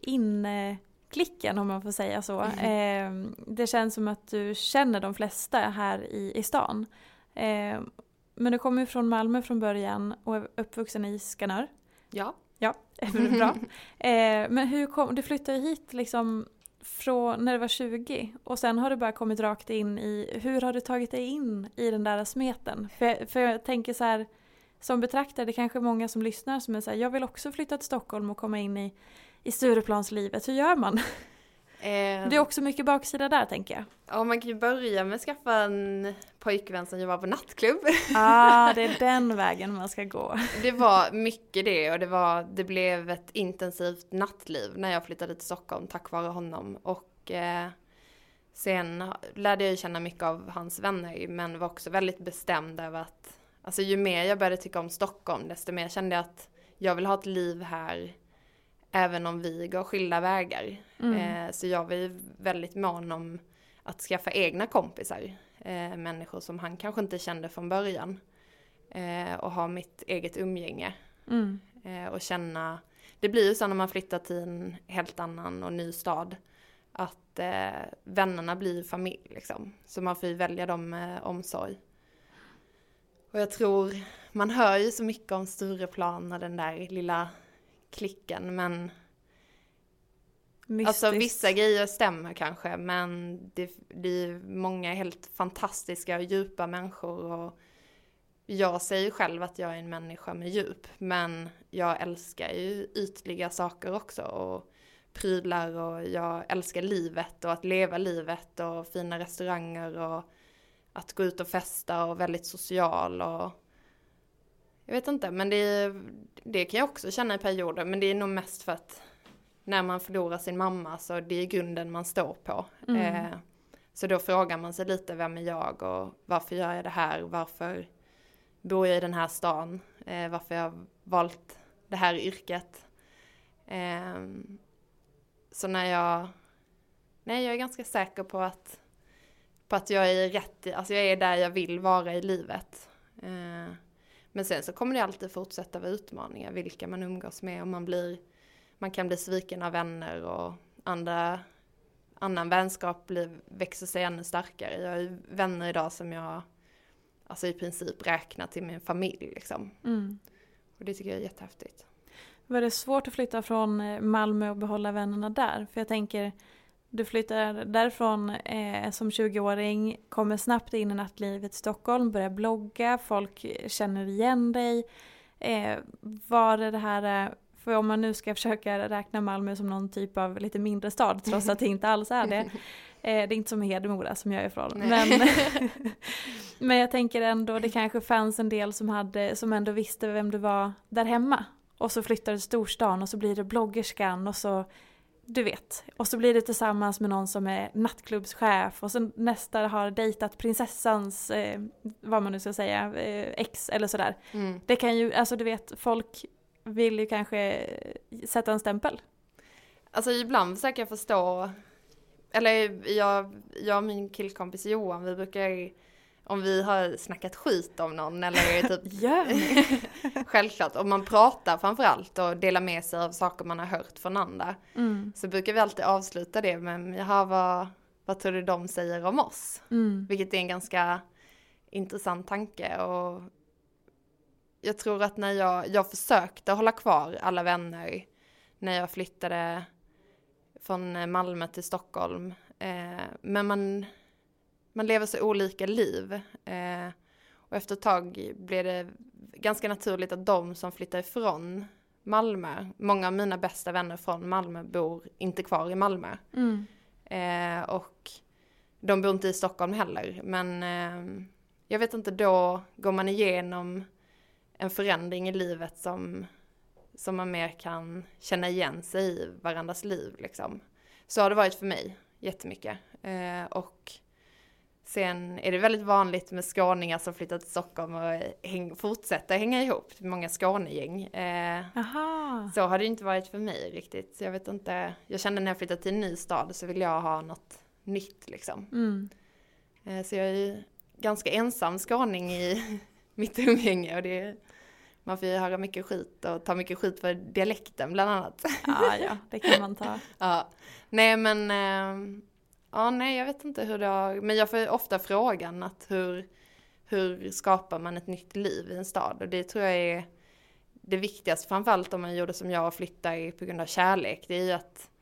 Speaker 5: klicken, om man får säga så. Det känns som att du känner de flesta här i stan. Men du kommer ju från Malmö från början och är uppvuxen i Skanör.
Speaker 6: Ja,
Speaker 5: bra. Men du flyttade hit liksom från när du var 20 och sen har du bara kommit rakt in hur har du tagit dig in i den där smeten? För jag tänker så här, som betraktare, det är kanske många som lyssnar som är så här, jag vill också flytta till Stockholm och komma in i Stureplanslivet. Hur gör man? Det är också mycket baksida där, tänker jag.
Speaker 6: Ja, man kan ju börja med att skaffa en pojkvän som jobbar på nattklubb.
Speaker 5: Det är den vägen man ska gå.
Speaker 6: Det var mycket det, och det blev ett intensivt nattliv när jag flyttade till Stockholm tack vare honom. Och sen lärde jag känna mycket av hans vänner, men var också väldigt bestämd över att alltså, ju mer jag började tycka om Stockholm, desto mer kände jag att jag vill ha ett liv här även om vi går skilda vägar. Så jag var ju väldigt mån om att skaffa egna kompisar. Människor som han kanske inte kände från början. Och ha mitt eget umgänge. Och känna, det blir ju så när man flyttar till en helt annan och ny stad, att vännerna blir familj liksom. Så man får ju välja dem med omsorg. Och jag tror, man hör ju så mycket om Stureplan och den där lilla klicken, men alltså vissa grejer stämmer kanske, men det är många helt fantastiska och djupa människor, och jag säger själv att jag är en människa med djup, men jag älskar ju ytliga saker också och prylar, och jag älskar livet och att leva livet och fina restauranger och att gå ut och festa och väldigt social, och jag vet inte, men det kan jag också känna i perioder, men det är nog mest för att när man förlorar sin mamma så det är grunden man står på. Så då frågar man sig lite, vem är jag och varför gör jag det här? Varför bor jag i den här stan? Varför jag har valt det här yrket? Så när jag är ganska säker på att jag är rätt, alltså jag är där jag vill vara i livet. Men sen så kommer det alltid fortsätta vara utmaningar, vilka man umgås med, och man kan bli sviken av vänner och annan vänskap växer sig ännu starkare. Jag har ju vänner idag som jag alltså i princip räknar till min familj liksom. Och det tycker jag är jättehäftigt.
Speaker 5: Var det svårt att flytta från Malmö och behålla vännerna där? För jag tänker, du flyttar därifrån som 20-åring, kommer snabbt in i nattlivet i Stockholm, börjar blogga, folk känner igen dig. Var det här, för om man nu ska försöka räkna Malmö som någon typ av lite mindre stad, trots att det inte alls är det. Det är inte som Hedemora som jag är ifrån. Men jag tänker ändå, det kanske fanns en del som ändå visste vem du var där hemma. Och så flyttar du till storstan och så blir det bloggerskan och så, du vet. Och så blir det tillsammans med någon som är nattklubbschef och så nästa har dejtat prinsessans, vad man nu ska säga, ex eller sådär. Det kan ju, alltså du vet, folk vill ju kanske sätta en stämpel.
Speaker 6: Alltså ibland försöker jag förstå, eller jag och min killkompis Johan, vi brukar, om vi har snackat skit om någon eller typ självklart, om man pratar framförallt och delar med sig av saker man har hört från andra, så brukar vi alltid avsluta det med, vad tror du de säger om oss? Vilket är en ganska intressant tanke, och jag tror att när jag försökte hålla kvar alla vänner när jag flyttade från Malmö till Stockholm, men man lever så olika liv, och efter ett tag blev det ganska naturligt att de som flyttar ifrån Malmö, många av mina bästa vänner från Malmö bor inte kvar i Malmö, och de bor inte i Stockholm heller, men jag vet inte, då går man igenom en förändring i livet som man mer kan känna igen sig i varandras liv liksom. Så har det varit för mig jättemycket, och sen är det väldigt vanligt med skåningar som flyttar till Stockholm och fortsätter hänga ihop. Många Skånegäng. Så har det inte varit för mig riktigt. Så jag vet inte. Jag kände när jag flyttade till en ny stad så vill jag ha något nytt liksom. Så jag är ganska ensam skåning i mitt umgänge. Och man får ju höra mycket skit och ta mycket skit för dialekten bland annat.
Speaker 5: Ja, det kan man ta.
Speaker 6: Nej, men... nej, jag vet inte hur det har... Men jag får ofta frågan att hur skapar man ett nytt liv i en stad? Och det tror jag är det viktigaste, framförallt om man gjorde som jag och flyttar på grund av kärlek. Det är ju att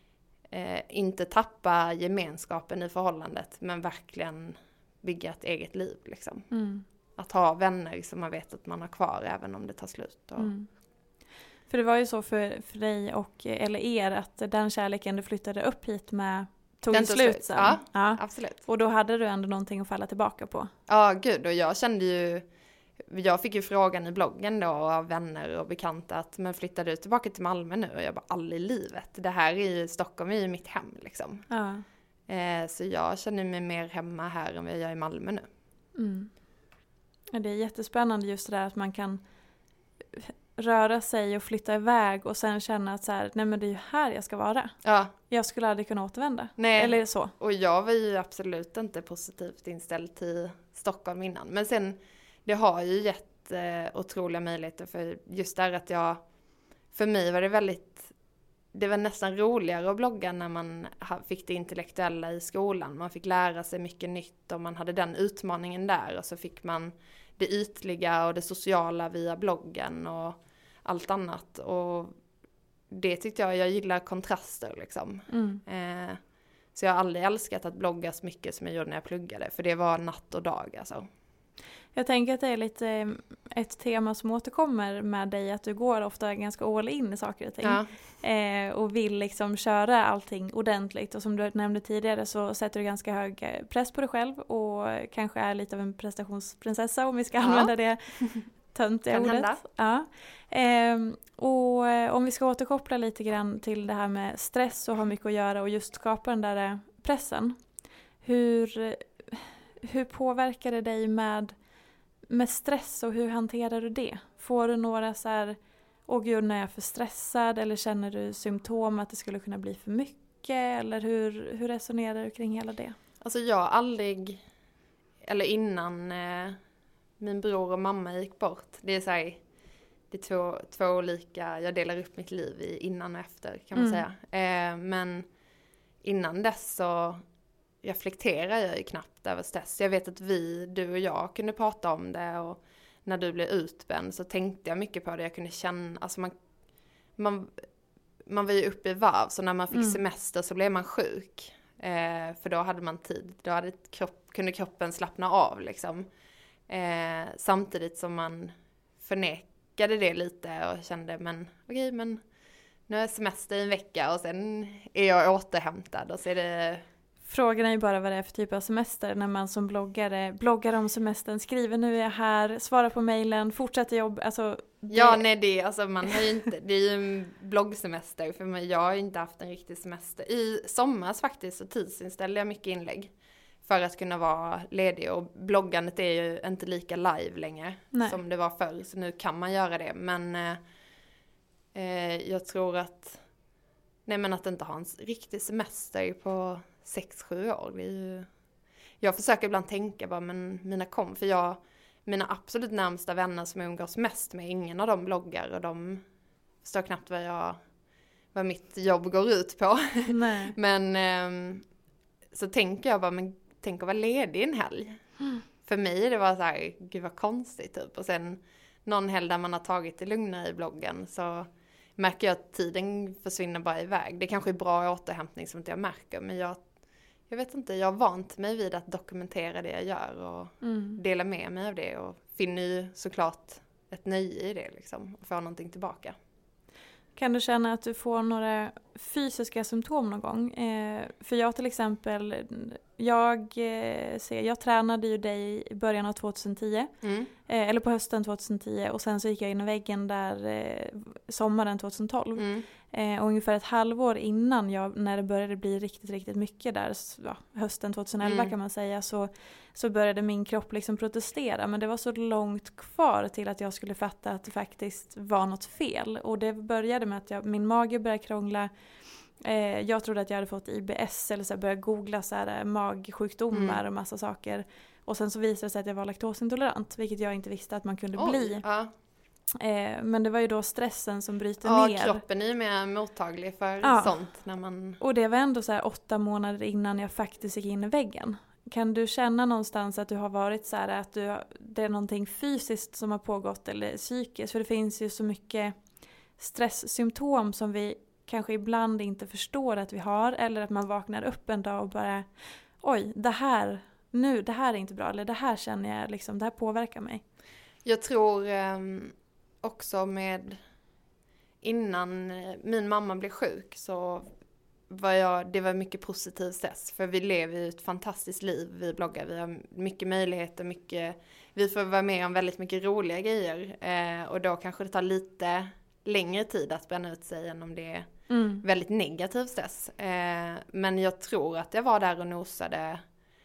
Speaker 6: inte tappa gemenskapen i förhållandet, men verkligen bygga ett eget liv liksom. Att ha vänner som man vet att man har kvar även om det tar slut.
Speaker 5: För det var ju så för dig eller er att den kärleken du flyttade upp hit med tog slut sen.
Speaker 6: Ja, absolut.
Speaker 5: Och då hade du ändå någonting att falla tillbaka på.
Speaker 6: Ja, gud. Och jag fick ju frågan i bloggen då av vänner och bekanta att, men flyttar du tillbaka till Malmö nu? Och jag bara, aldrig i livet. Det här i Stockholm är ju mitt hem liksom. Så jag känner mig mer hemma här än vad jag gör i Malmö nu.
Speaker 5: Ja, det är jättespännande just det där att man kan röra sig och flytta iväg och sen känna att så här, nej men det är ju här jag ska vara. Ja. Jag skulle aldrig kunna återvända.
Speaker 6: Nej.
Speaker 5: Eller så. Och
Speaker 6: jag var ju absolut inte positivt inställd till Stockholm innan. Men sen, det har ju gett otroliga möjligheter för just där att för mig var det var nästan roligare att blogga när man fick det intellektuella i skolan. Man fick lära sig mycket nytt och man hade den utmaningen där. Och så fick man det ytliga och det sociala via bloggen och allt annat. Och det tyckte jag gillar kontraster liksom. Så jag har aldrig älskat att blogga så mycket som jag gjorde när jag pluggade. För det var natt och dag alltså.
Speaker 5: Jag tänker att det är lite ett tema som återkommer med dig, att du går ofta ganska all in i saker och ting. Och vill liksom köra allting ordentligt. Och som du nämnde tidigare så sätter du ganska hög press på dig själv och kanske är lite av en prestationsprinsessa, om vi ska använda det töntiga ordet. Och om vi ska återkoppla lite grann till det här med stress och ha mycket att göra och just skapa den där pressen. Hur påverkar det dig med stress och hur hanterar du det? Får du några så här, åh gud, när jag är för stressad, eller känner du symptom att det skulle kunna bli för mycket, eller hur resonerar du kring hela det?
Speaker 6: Alltså jag har aldrig, eller innan min bror och mamma gick bort, det är så här, det är två olika, jag delar upp mitt liv i innan och efter kan man säga. Men innan dess så reflekterar jag ju knappt över stress. Jag vet att du och jag kunde prata om det, och när du blev utbränd så tänkte jag mycket på det. Jag kunde känna, alltså man var ju uppe i varv, så när man fick semester så blev man sjuk. För då hade man tid, då kunde kroppen slappna av liksom. Samtidigt som man förnekade det lite och kände, men okej, men nu är jag semester i en vecka och sen är jag återhämtad, och så är det...
Speaker 5: Frågan är ju bara vad det är för typ av semester när man som bloggare bloggar om semestern, skriver nu är jag här, svarar på mejlen, fortsätter jobb. Alltså,
Speaker 6: Ja, nej, alltså man har ju inte, det är ju en bloggsemester, för jag har ju inte haft en riktig semester. I somras faktiskt så tidsinställde jag mycket inlägg för att kunna vara ledig, och bloggandet är ju inte lika live längre som det var förr, så nu kan man göra det. Men jag tror att att inte ha en riktig semester på 6-7 år, det är ju... Jag försöker ibland tänka bara, men mina absolut närmsta vänner som jag umgås mest med, ingen av dem bloggar, och de förstår knappt vad mitt jobb går ut på.
Speaker 5: Nej.
Speaker 6: Men så tänker jag bara, men tänk att vara ledig en helg. För mig det var så här, gud vad konstigt typ. Och sen någon helg där man har tagit det lugna i bloggen, så märker jag att tiden försvinner bara iväg. Det kanske är bra återhämtning som inte jag märker, men jag vet inte, jag har vant mig vid att dokumentera det jag gör och dela med mig av det, och finner ju såklart ett nöje i det liksom, och få någonting tillbaka.
Speaker 5: Kan du känna att du får några fysiska symptom någon gång? För jag till exempel, jag tränade ju dig i början av 2010. Eller på hösten 2010. Och sen så gick jag in i väggen där sommaren 2012. Och ungefär ett halvår innan när det började bli riktigt, riktigt mycket där, hösten 2011 kan man säga, så började min kropp liksom protestera. Men det var så långt kvar till att jag skulle fatta att det faktiskt var något fel. Och det började med att min mage började krångla. Jag trodde att jag hade fått IBS, eller så här, började googla så här, magsjukdomar och massa saker. Och sen så visade det sig att jag var laktosintolerant, vilket jag inte visste att man kunde bli.
Speaker 6: Ja.
Speaker 5: Men det var ju då stressen som bryter ner.
Speaker 6: Ja, kroppen är ju mer mottaglig för sånt. När man...
Speaker 5: Och det var ändå så här 8 månader innan jag faktiskt gick in i väggen. Kan du känna någonstans att du har varit så här, att det är någonting fysiskt som har pågått, eller psykiskt? För det finns ju så mycket stresssymptom som vi kanske ibland inte förstår att vi har, eller att man vaknar upp en dag och bara, oj, det här är inte bra, eller det här känner jag liksom, det här påverkar mig.
Speaker 6: Jag tror också innan min mamma blev sjuk, så det var mycket positiv stress, för vi lever ju ett fantastiskt liv, vi bloggar, vi har mycket möjligheter, vi får vara med om väldigt mycket roliga grejer, och då kanske det tar lite längre tid att bränna ut sig än om det är väldigt negativ stress. Men jag tror att jag var där och nosade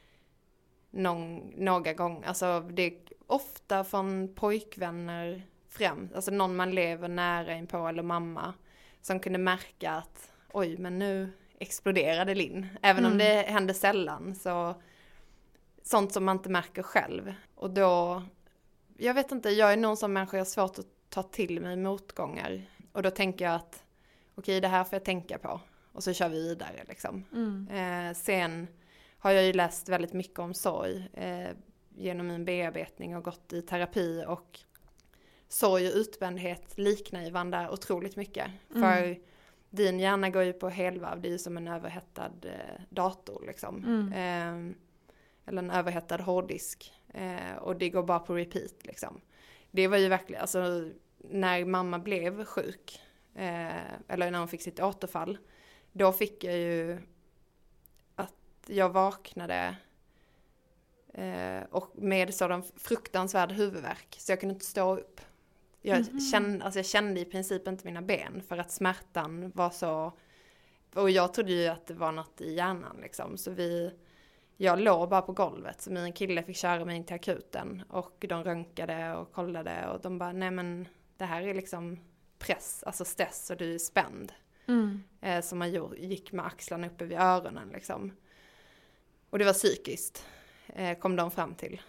Speaker 6: några gånger. Alltså det är ofta från pojkvänner främst. Alltså någon man lever nära inpå, eller mamma, som kunde märka att oj, men nu exploderade Linn. Även om det händer sällan, så sånt som man inte märker själv. Och då, jag vet inte, jag är någon som människa, jag har svårt att ta till mig motgångar. Och då tänker jag att okej, det här får jag tänka på. Och så kör vi vidare liksom. Sen har jag ju läst väldigt mycket om sorg genom min bearbetning och gått i terapi. Och sorg och utbrändhet liknar ju varandra otroligt mycket. För din hjärna går ju på helvarv, det är ju som en överhettad dator liksom. Eller en överhettad hårddisk. Och det går bara på repeat liksom. Det var ju verkligen, alltså när mamma blev sjuk, eller när hon fick sitt återfall, då fick jag ju att jag vaknade och med sådan fruktansvärd huvudvärk, så jag kunde inte stå upp. Jag kände i princip inte mina ben för att smärtan var så... Och jag trodde ju att det var något i hjärnan liksom. Så jag låg bara på golvet. Så min kille fick köra mig in till akuten. Och de röntgade och kollade. Och de bara, nej men det här är liksom press, alltså stress och du är spänd. Som man gick med axlarna uppe vid öronen liksom. Och det var psykiskt, kom de fram till.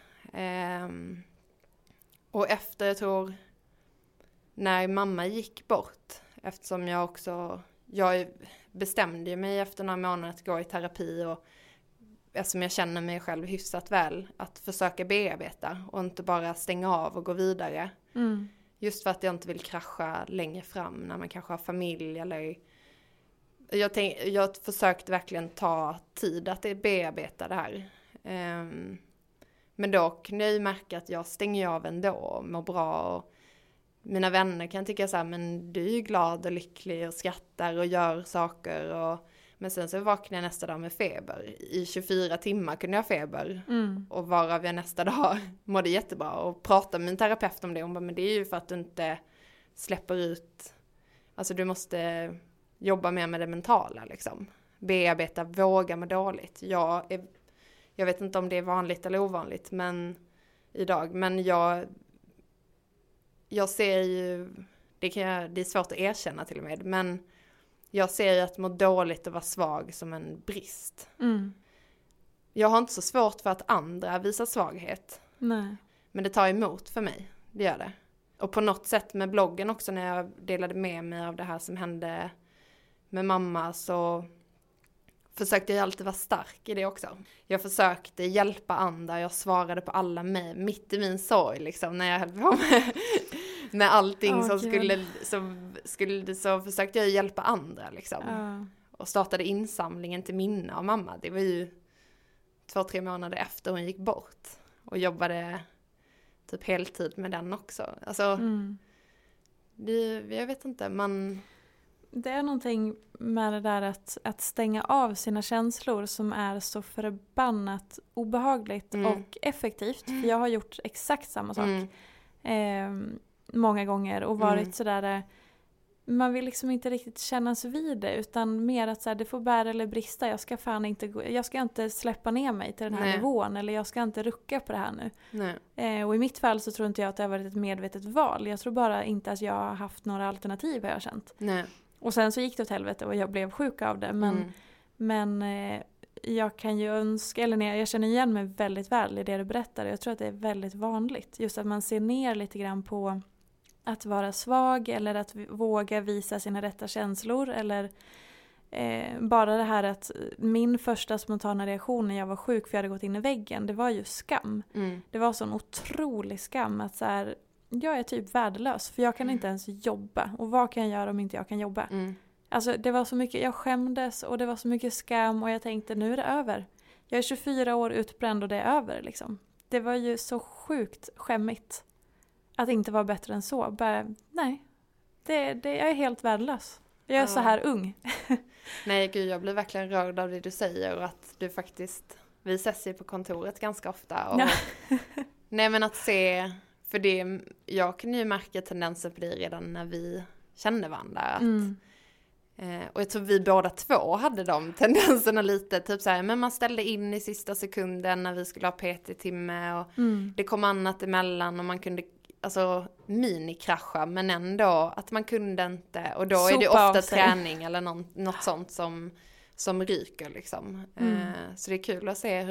Speaker 6: Och efter, jag tror, när mamma gick bort, eftersom jag bestämde mig efter några månader att gå i terapi och eftersom jag känner mig själv hyfsat väl, att försöka bearbeta och inte bara stänga av och gå vidare. Just för att jag inte vill krascha längre fram när man kanske har familj eller... Jag försökte verkligen ta tid att bearbeta det här. Men då kunde jag ju märka att jag stänger av ändå och mår bra. Och mina vänner kan tycka så här, men du är ju glad och lycklig och skrattar och gör saker. Men sen så vaknade jag nästa dag med feber. I 24 timmar kunde jag ha feber. Och varav jag nästa dag mådde jättebra. Och pratade med min terapeut om det. Hon bara, men det är ju för att du inte släpper ut... Alltså du måste jobba mer med det mentala liksom. Bearbeta, våga må dåligt. Jag vet inte om det är vanligt eller ovanligt idag. Men jag ser ju... Det är svårt att erkänna till och med. Men jag ser ju att må dåligt och vara svag som en brist. Jag har inte så svårt för att andra visar svaghet.
Speaker 5: Nej.
Speaker 6: Men det tar emot för mig. Det gör det. Och på något sätt med bloggen också, när jag delade med mig av det här som hände med mamma, så försökte jag alltid vara stark i det också. Jag försökte hjälpa andra. Jag svarade på alla med mitt i min sorg liksom, när jag höll på med allting så försökte jag hjälpa andra liksom. Och startade insamlingen till minne av mamma. Det var ju 2-3 månader efter hon gick bort. Och jobbade typ heltid med den också. Alltså, jag vet inte,
Speaker 5: Det är någonting med det där att stänga av sina känslor som är så förbannat obehagligt och effektivt. För jag har gjort exakt samma sak många gånger och varit sådär... Man vill liksom inte riktigt kännas vid det, utan mer att så här, det får bära eller brista. Jag ska inte släppa ner mig till den här nivån, eller jag ska inte rucka på det här nu. Och i mitt fall så tror inte jag att det har varit ett medvetet val. Jag tror bara inte att jag har haft några alternativ, har jag känt. Och sen så gick det åt helvete och jag blev sjuk av det. Men jag kan ju önska, jag känner igen mig väldigt väl i det du berättar. Jag tror att det är väldigt vanligt. Just att man ser ner lite grann på att vara svag eller att våga visa sina rätta känslor. Eller bara det här att min första spontana reaktion när jag var sjuk, för jag hade gått in i väggen, det var ju skam. Det var sån otrolig skam att så här, jag är typ värdelös för jag kan inte ens jobba. Och vad kan jag göra om inte jag kan jobba? Alltså det var så mycket, jag skämdes och det var så mycket skam och jag tänkte, nu är det över. Jag är 24 år utbränd och det är över liksom. Det var ju så sjukt skämmigt att inte vara bättre än så. Bara, nej, jag är helt värdelös. Jag är så här ung.
Speaker 6: Nej, gud, jag blir verkligen rörd av det du säger och att du faktiskt, vi ses ju på kontoret ganska ofta. Och, nej, men att se, för det, jag kan ju märka tendenser på det redan när vi kände varandra. Att, och jag tror vi båda två hade de tendenserna lite. Typ så här, men man ställde in i sista sekunden när vi skulle ha PT-timme. Och det kom annat emellan och man kunde alltså minikrascha, men ändå att man kunde inte. Och då är det ofta träning eller något sånt som ryker liksom. Så det är kul att se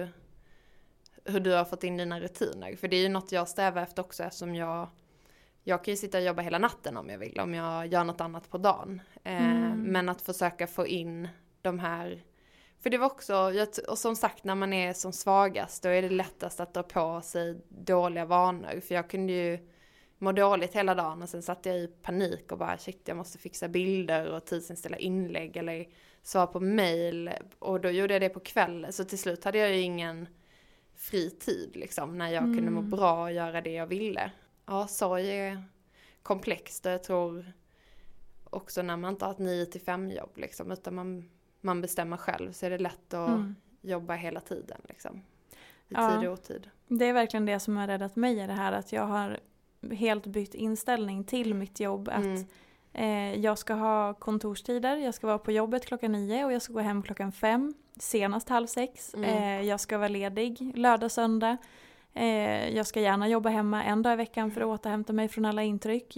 Speaker 6: hur du har fått in dina rutiner. För det är ju något jag strävar efter också, eftersom jag kan ju sitta och jobba hela natten om jag vill, om jag gör något annat på dagen. Men att försöka få in de här... För det var också, och som sagt, när man är som svagast, då är det lättast att dra på sig dåliga vanor. För jag kunde ju må dåligt hela dagen och sen satt jag i panik och bara, shit, jag måste fixa bilder och tidsinställa inlägg eller svara på mejl. Och då gjorde jag det på kvällen, så till slut hade jag ju ingen fri tid liksom, när jag kunde må bra och göra det jag ville. Ja, sorg är komplext och jag tror också när man inte har ett 9-5 jobb liksom, utan man bestämmer själv, så är det lätt att jobba hela tiden liksom. I tid och otid.
Speaker 5: Det är verkligen det som har räddat mig i det här, att jag har helt bytt inställning till mitt jobb. Att jag ska ha kontorstider, jag ska vara på jobbet 9:00 och jag ska gå hem 5:00, senast 5:30. Jag ska vara ledig lördag, söndag. Jag ska gärna jobba hemma en dag i veckan för att återhämta mig från alla intryck.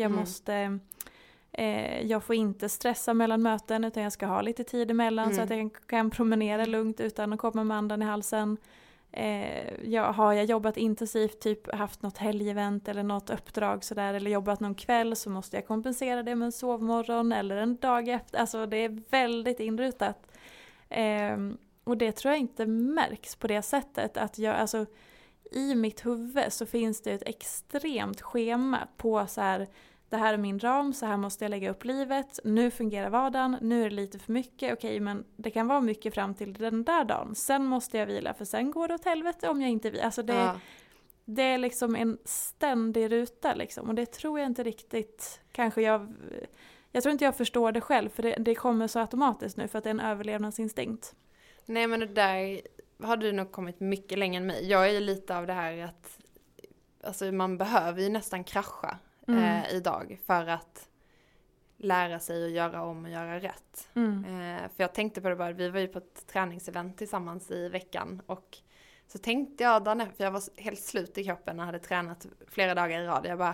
Speaker 5: Jag får inte stressa mellan möten, utan jag ska ha lite tid emellan så att jag kan promenera lugnt utan att komma med andan i halsen. Har jag jobbat intensivt, typ haft något helgevent eller något uppdrag sådär, eller jobbat någon kväll, så måste jag kompensera det med en sovmorgon eller en dag efter. Alltså det är väldigt inrutat. Och det tror jag inte märks på det sättet att i mitt huvud så finns det ett extremt schema på så här: det här är min ram, så här måste jag lägga upp livet. Nu fungerar vardagen, nu är det lite för mycket. Okej, men det kan vara mycket fram till den där dagen. Sen måste jag vila, för sen går det åt helvete om jag inte vilar. Alltså det är liksom en ständig ruta liksom. Och det tror jag inte riktigt, jag tror inte jag förstår det själv, för det kommer så automatiskt nu för att det är en överlevnadsinstinkt.
Speaker 6: Nej, men det där har du nog kommit mycket längre än mig. Jag är ju lite av det här att alltså, man behöver ju nästan krascha idag för att lära sig att göra om och göra rätt. För jag tänkte på det bara, vi var ju på ett träningsevent tillsammans i veckan, och så tänkte jag dagen efter, för jag var helt slut i kroppen och hade tränat flera dagar i rad.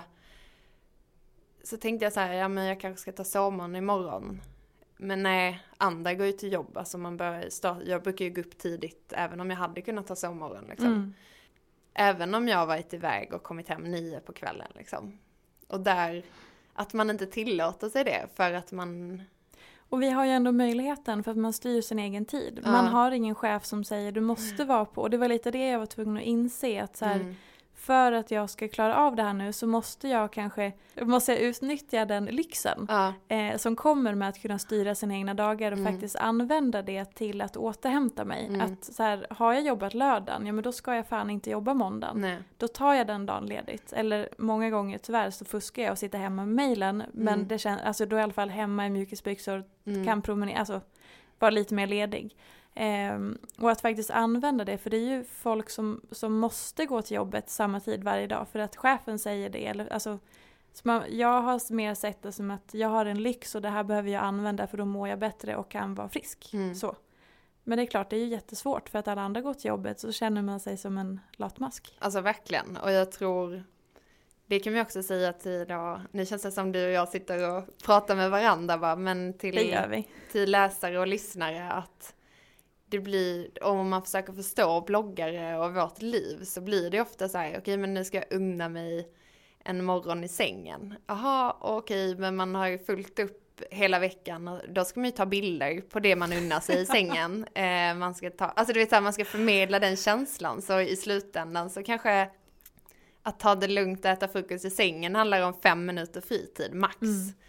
Speaker 6: Så tänkte jag så här, ja men jag kanske ska ta sovmorgon imorgon. Men nej, andra går ju till jobb. Alltså jag brukar ju gå upp tidigt även om jag hade kunnat ta sovmorgon liksom. Även om jag varit iväg och kommit hem 9 på kvällen liksom. Och där, att man inte tillåter sig det för att man...
Speaker 5: Och vi har ju ändå möjligheten för att man styr sin egen tid. Man har ingen chef som säger du måste vara på. Och det var lite det jag var tvungen att inse. Att så här, för att jag ska klara av det här nu så måste jag utnyttja den lyxen som kommer med att kunna styra sina egna dagar och faktiskt använda det till att återhämta mig. Att så här, har jag jobbat lördagen, ja men då ska jag fan inte jobba måndagen. Nej. Då tar jag den dagen ledigt. Eller många gånger tyvärr så fuskar jag och sitter hemma med mejlen. Men det känns, alltså då är i alla fall hemma i mjukisbyxor, kan promenera, alltså vara lite mer ledig. Och att faktiskt använda det, för det är ju folk som måste gå till jobbet samma tid varje dag för att chefen säger det. Eller, alltså, jag har mer sett det som att jag har en lyx och det här behöver jag använda för då mår jag bättre och kan vara frisk. Så. Men det är klart, det är ju jättesvårt för att alla andra går till jobbet så känner man sig som en latmask.
Speaker 6: Alltså verkligen, och jag tror det kan vi också säga till idag. Nu känns det som du och jag sitter och pratar med varandra bara, men till läsare och lyssnare att det blir, om man försöker förstå bloggare och vårt liv så blir det ofta så här, okej, men nu ska jag unna mig en morgon i sängen. Jaha, okej, men man har ju fullt upp hela veckan och då ska man ju ta bilder på det man unnar sig i sängen. Man ska alltså du vet så här, man ska förmedla den känslan, så i slutändan så kanske att ta det lugnt och äta frukost i sängen handlar om 5 minuter fritid, max.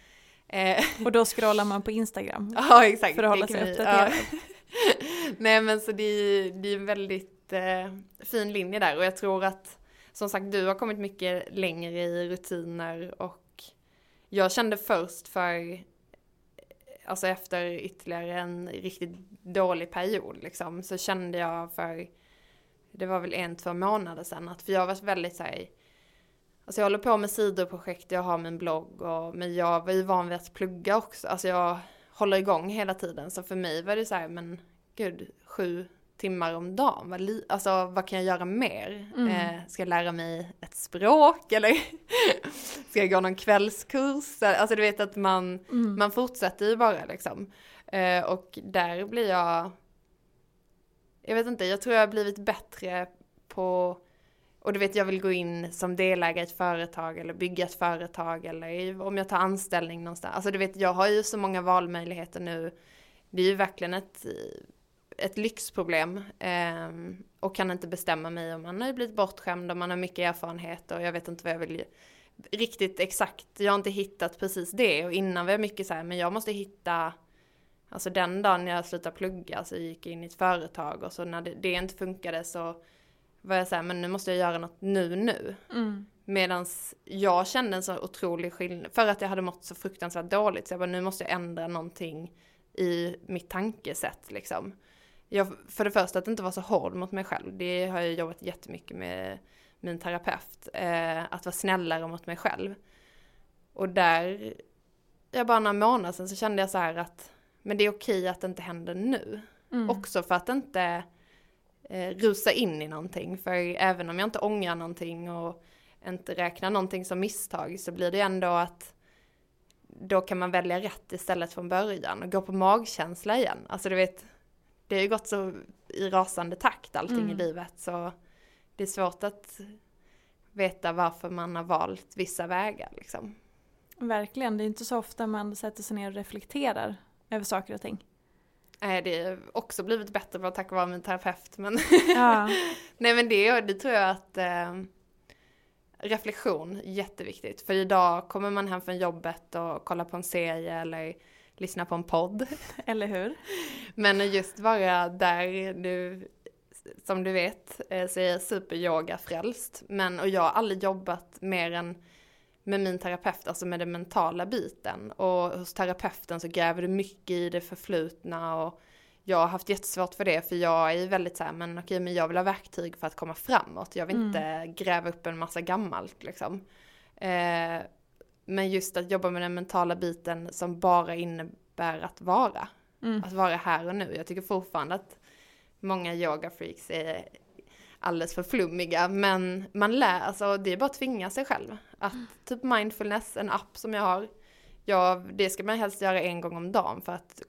Speaker 5: Och då scrollar man på Instagram.
Speaker 6: Ja, exakt.
Speaker 5: För att hålla sig uppdaterad.
Speaker 6: Nej, men så det är en väldigt fin linje där. Och jag tror att, som sagt, du har kommit mycket längre i rutiner. Och jag kände först alltså efter ytterligare en riktigt dålig period liksom, så kände jag det var väl 1-2 månader sedan, för jag var väldigt så här, alltså jag håller på med sidoprojekt, jag har min blogg, men jag var ju van vid att plugga också. Alltså jag håller igång hela tiden, så för mig var det så här, men gud, 7 timmar om dagen. Alltså vad kan jag göra mer? Ska jag lära mig ett språk eller ska jag gå någon kvällskurs? Alltså du vet att man fortsätter ju bara liksom. Och där blir jag vet inte, jag tror jag har blivit bättre på, och du vet, jag vill gå in som delägare i ett företag eller bygga ett företag eller om jag tar anställning någonstans. Alltså du vet, jag har ju så många valmöjligheter nu. Det är ju verkligen ett lyxproblem och kan inte bestämma mig, om man har blivit bortskämd och man har mycket erfarenhet och jag vet inte vad jag vill riktigt exakt. Jag har inte hittat precis det, och innan var jag mycket så här, men jag måste hitta, alltså den dagen jag slutade plugga så gick jag in i ett företag, och så när det inte funkade så var jag så här, men nu måste jag göra något nu. Medans jag kände en så otrolig skillnad för att jag hade mått så fruktansvärt dåligt, så jag bara, nu måste jag ändra någonting i mitt tankesätt liksom. För det första att inte vara så hård mot mig själv. Det har jag jobbat jättemycket min terapeut. Att vara snällare mot mig själv. Och där, bara några månader sedan så kände jag så här att men det är okej att det inte händer nu. Också för att inte rusa in i någonting. För även om jag inte ångrar någonting och inte räknar någonting som misstag, så blir det ändå att då kan man välja rätt istället från början och gå på magkänsla igen. Alltså du vet, det har ju gått så i rasande takt allting i livet, så det är svårt att veta varför man har valt vissa vägar liksom.
Speaker 5: Verkligen, det är inte så ofta man sätter sig ner och reflekterar över saker och ting.
Speaker 6: Det har också blivit bättre på tack vare min terapeut. Men
Speaker 5: Ja.
Speaker 6: nej, men det tror jag att reflektion är jätteviktigt. För idag kommer man hem från jobbet och kollar på en serie eller lyssnar på en podd.
Speaker 5: Eller hur?
Speaker 6: Men just vara där nu, som du vet, så är jag super-yoga-frälst. Och jag har aldrig jobbat mer än med min terapeut, alltså med den mentala biten. Och hos terapeuten så gräver du mycket i det förflutna, och jag har haft jättesvårt för det, för jag är väldigt så här, men jag vill ha verktyg för att komma framåt. Jag vill inte gräva upp en massa gammalt liksom. Men just att jobba med den mentala biten som bara innebär att vara. Att vara här och nu. Jag tycker fortfarande att många yoga-freaks är alldeles för flummiga, men man lär, alltså det är bara att tvinga sig själv. Att typ mindfulness, en app som jag har, det ska man helst göra 1 gång om dagen för att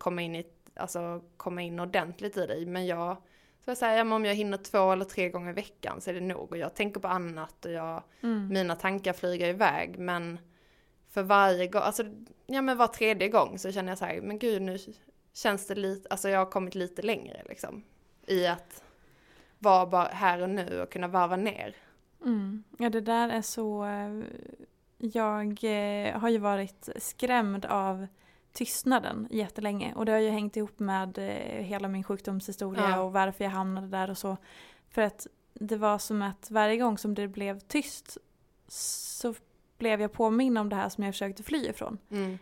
Speaker 6: komma in ordentligt i det. Men om jag hinner 2 eller 3 gånger i veckan så är det nog, och jag tänker på annat och mina tankar flyger iväg, men för varje gång, var 3:e gång så känner jag så här, men gud, nu känns det lite, jag har kommit lite längre liksom, i att vara bara här och nu och kunna varva ner.
Speaker 5: Ja, det där är så... Jag har ju varit skrämd av tystnaden jättelänge. Och det har ju hängt ihop med hela min sjukdomshistoria och varför jag hamnade där och så. För att det var som att varje gång som det blev tyst så blev jag påminn om det här som jag försökte fly ifrån.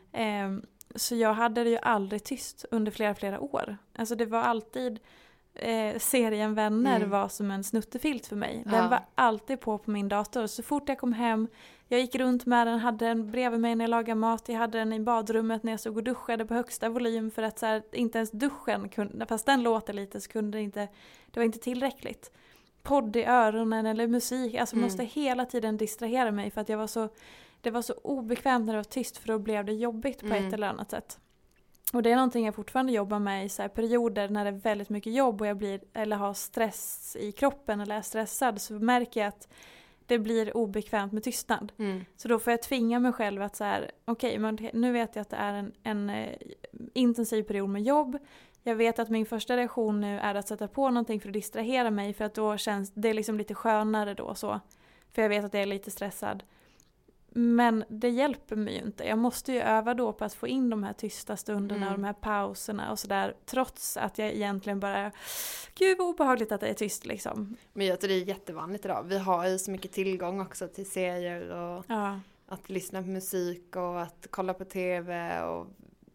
Speaker 5: Så jag hade det ju aldrig tyst under flera år. Alltså det var alltid... serien Vänner var som en snuttefilt för mig. Den var alltid på min dator. Så fort jag kom hem, jag gick runt med den, hade den bredvid mig när jag lagade mat, jag hade den i badrummet när jag såg och duschade på högsta volym, för att så här, inte ens duschen kunde, fast den låter lite, så kunde det var inte tillräckligt. Podd i öronen eller musik, måste hela tiden distrahera mig, för att det var så obekvämt när det var tyst, för då blev det jobbigt på ett eller annat sätt. Och det är någonting jag fortfarande jobbar med i så här perioder när det är väldigt mycket jobb och jag har stress i kroppen eller är stressad, så märker jag att det blir obekvämt med tystnad. Så då får jag tvinga mig själv att så här, okej, men nu vet jag att det är en intensiv period med jobb. Jag vet att min första reaktion nu är att sätta på någonting för att distrahera mig, för att då känns det liksom lite skönare då så. För jag vet att jag är lite stressad. Men det hjälper mig ju inte. Jag måste ju öva då på att få in de här tysta stunderna och de här pauserna och sådär. Trots att jag egentligen bara, gud vad obehagligt att det är tyst liksom.
Speaker 6: Men jag tror det är jättevanligt idag. Vi har ju så mycket tillgång också till serier och att lyssna på musik och att kolla på tv och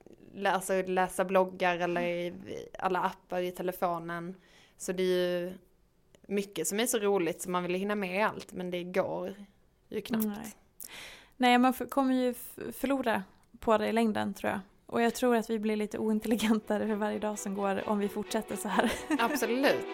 Speaker 6: läsa bloggar eller i alla appar i telefonen. Så det är ju mycket som är så roligt, så man vill hinna med allt, men det går ju knappt.
Speaker 5: Nej, man kommer ju förlora på det i längden, tror jag. Och jag tror att vi blir lite ointelligentare för varje dag som går om vi fortsätter så här.
Speaker 6: Absolut.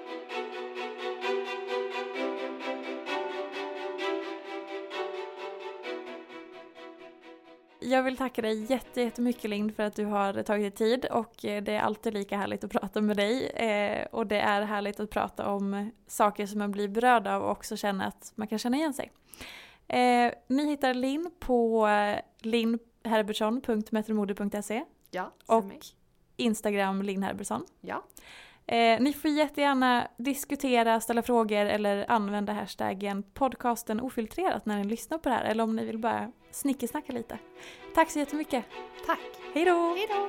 Speaker 5: Jag vill tacka dig jättemycket, Linn, för att du har tagit dig tid, och det är alltid lika härligt att prata med dig. Och det är härligt att prata om saker som man blir berörd av och också känna att man kan känna igen sig. Ni hittar Linn på linnherbertsson.metromode.se och Instagram Linn Herbertsson.
Speaker 6: Ja.
Speaker 5: Ni får jättegärna diskutera, ställa frågor eller använda hashtaggen podcasten ofiltrerat när ni lyssnar på det här, eller om ni vill bara snickesnacka lite. Tack så jättemycket.
Speaker 6: Tack.
Speaker 5: Hej då.
Speaker 6: Hej då.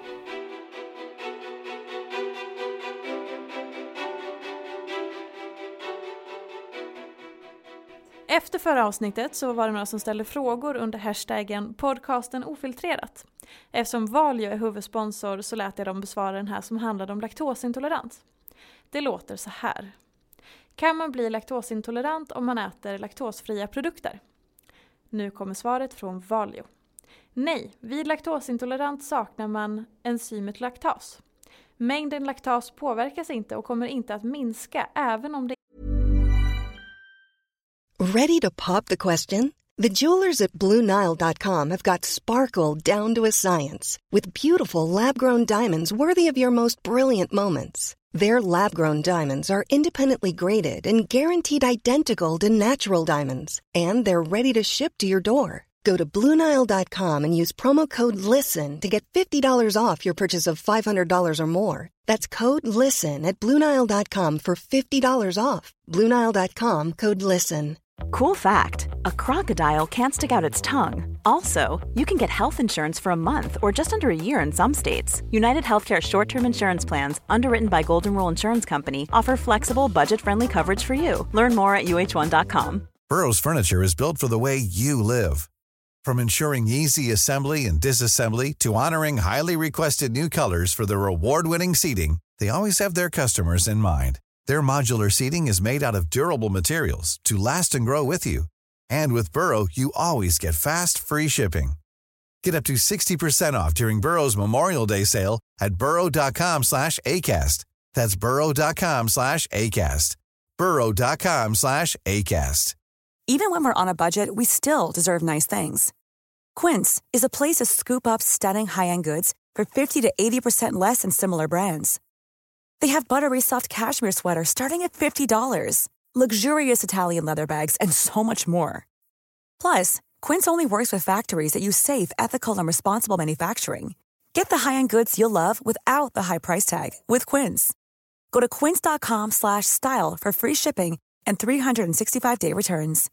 Speaker 5: Efter förra avsnittet så var det några som ställde frågor under hashtaggen podcasten ofiltrerat. Eftersom Valio är huvudsponsor så lät jag dem besvara den här som handlade om laktosintolerans. Det låter så här. Kan man bli laktosintolerant om man äter laktosfria produkter? Nu kommer svaret från Valio. Nej, vid laktosintolerant saknar man enzymet laktas. Mängden laktas påverkas inte och kommer inte att minska även om det...
Speaker 7: Ready to pop the question? The jewelers at BlueNile.com have got sparkle down to a science with beautiful lab-grown diamonds worthy of your most brilliant moments. Their lab-grown diamonds are independently graded and guaranteed identical to natural diamonds, and they're ready to ship to your door. Go to BlueNile.com and use promo code LISTEN to get $50 off your purchase of $500 or more. That's code LISTEN at BlueNile.com for $50 off. BlueNile.com, code LISTEN.
Speaker 8: Cool fact, a crocodile can't stick out its tongue. Also, you can get health insurance for a month or just under a year in some states. United Healthcare short-term insurance plans, underwritten by Golden Rule Insurance Company, offer flexible, budget-friendly coverage for you. Learn more at UH1.com.
Speaker 9: Burrow's furniture is built for the way you live. From ensuring easy assembly and disassembly to honoring highly requested new colors for their award-winning seating, they always have their customers in mind. Their modular seating is made out of durable materials to last and grow with you. And with Burrow, you always get fast, free shipping. Get up to 60% off during Burrow's Memorial Day sale at burrow.com/ACAST. That's burrow.com/ACAST. burrow.com/ACAST.
Speaker 8: Even when we're on a budget, we still deserve nice things. Quince is a place to scoop up stunning high-end goods for 50 to 80% less than similar brands. They have buttery soft cashmere sweaters starting at $50, luxurious Italian leather bags, and so much more. Plus, Quince only works with factories that use safe, ethical, and responsible manufacturing. Get the high-end goods you'll love without the high price tag with Quince. Go to quince.com/style for free shipping and 365-day returns.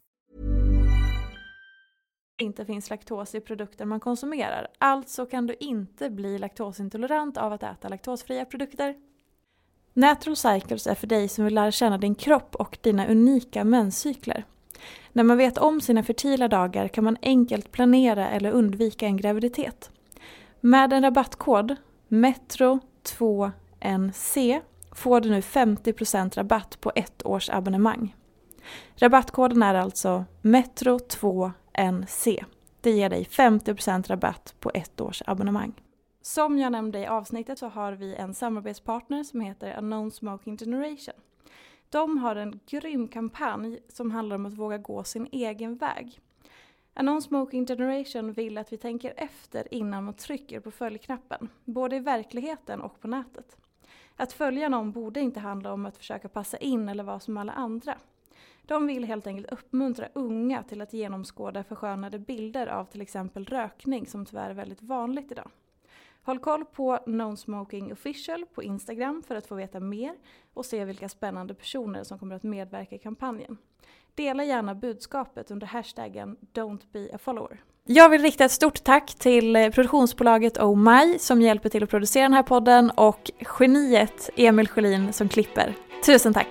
Speaker 5: Inte finns laktos i produkter man konsumerar. Alltså kan du inte bli laktosintolerant av att äta laktosfria produkter. Natural Cycles är för dig som vill lära känna din kropp och dina unika menscykler. När man vet om sina fertila dagar kan man enkelt planera eller undvika en graviditet. Med en rabattkod METRO2NC får du nu 50% rabatt på 1 års abonnemang. Rabattkoden är alltså METRO2NC. Det ger dig 50% rabatt på 1 års abonnemang. Som jag nämnde i avsnittet så har vi en samarbetspartner som heter Unknown Smoking Generation. De har en grym kampanj som handlar om att våga gå sin egen väg. Unknown Smoking Generation vill att vi tänker efter innan man trycker på följknappen, både i verkligheten och på nätet. Att följa någon borde inte handla om att försöka passa in eller vara som alla andra. De vill helt enkelt uppmuntra unga till att genomskåda förskönade bilder av till exempel rökning som tyvärr är väldigt vanligt idag. Håll koll på No Smoking Official på Instagram för att få veta mer och se vilka spännande personer som kommer att medverka i kampanjen. Dela gärna budskapet under hashtaggen #Don'tBeAfollower. Jag vill rikta ett stort tack till produktionsbolaget Oh My som hjälper till att producera den här podden och geniet Emil Sjölin som klipper. Tusen tack!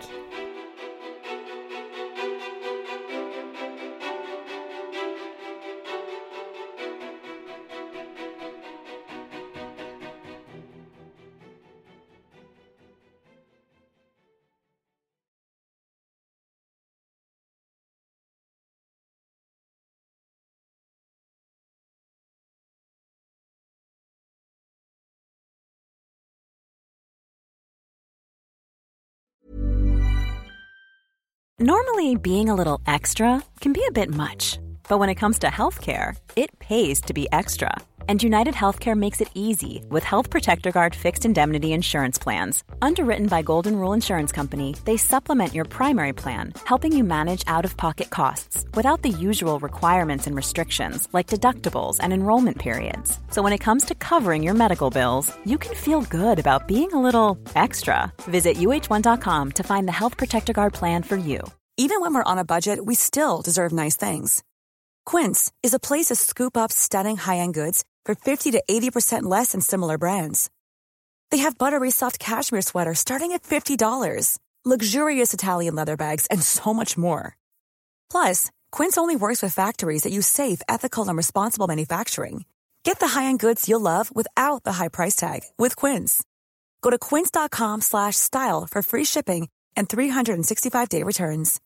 Speaker 8: Normally, being a little extra can be a bit much, but when it comes to healthcare, it pays to be extra. And United Healthcare makes it easy with Health Protector Guard fixed indemnity insurance plans. Underwritten by Golden Rule Insurance Company, they supplement your primary plan, helping you manage out-of-pocket costs without the usual requirements and restrictions like deductibles and enrollment periods. So when it comes to covering your medical bills, you can feel good about being a little extra. Visit UH1.com to find the Health Protector Guard plan for you. Even when we're on a budget, we still deserve nice things. Quince is a place to scoop up stunning high-end goods for 50 to 80% less than similar brands. They have buttery soft cashmere sweaters starting at $50, luxurious Italian leather bags, and so much more. Plus, Quince only works with factories that use safe, ethical, and responsible manufacturing. Get the high-end goods you'll love without the high price tag with Quince. Go to quince.com/style for free shipping
Speaker 10: and 365-day returns.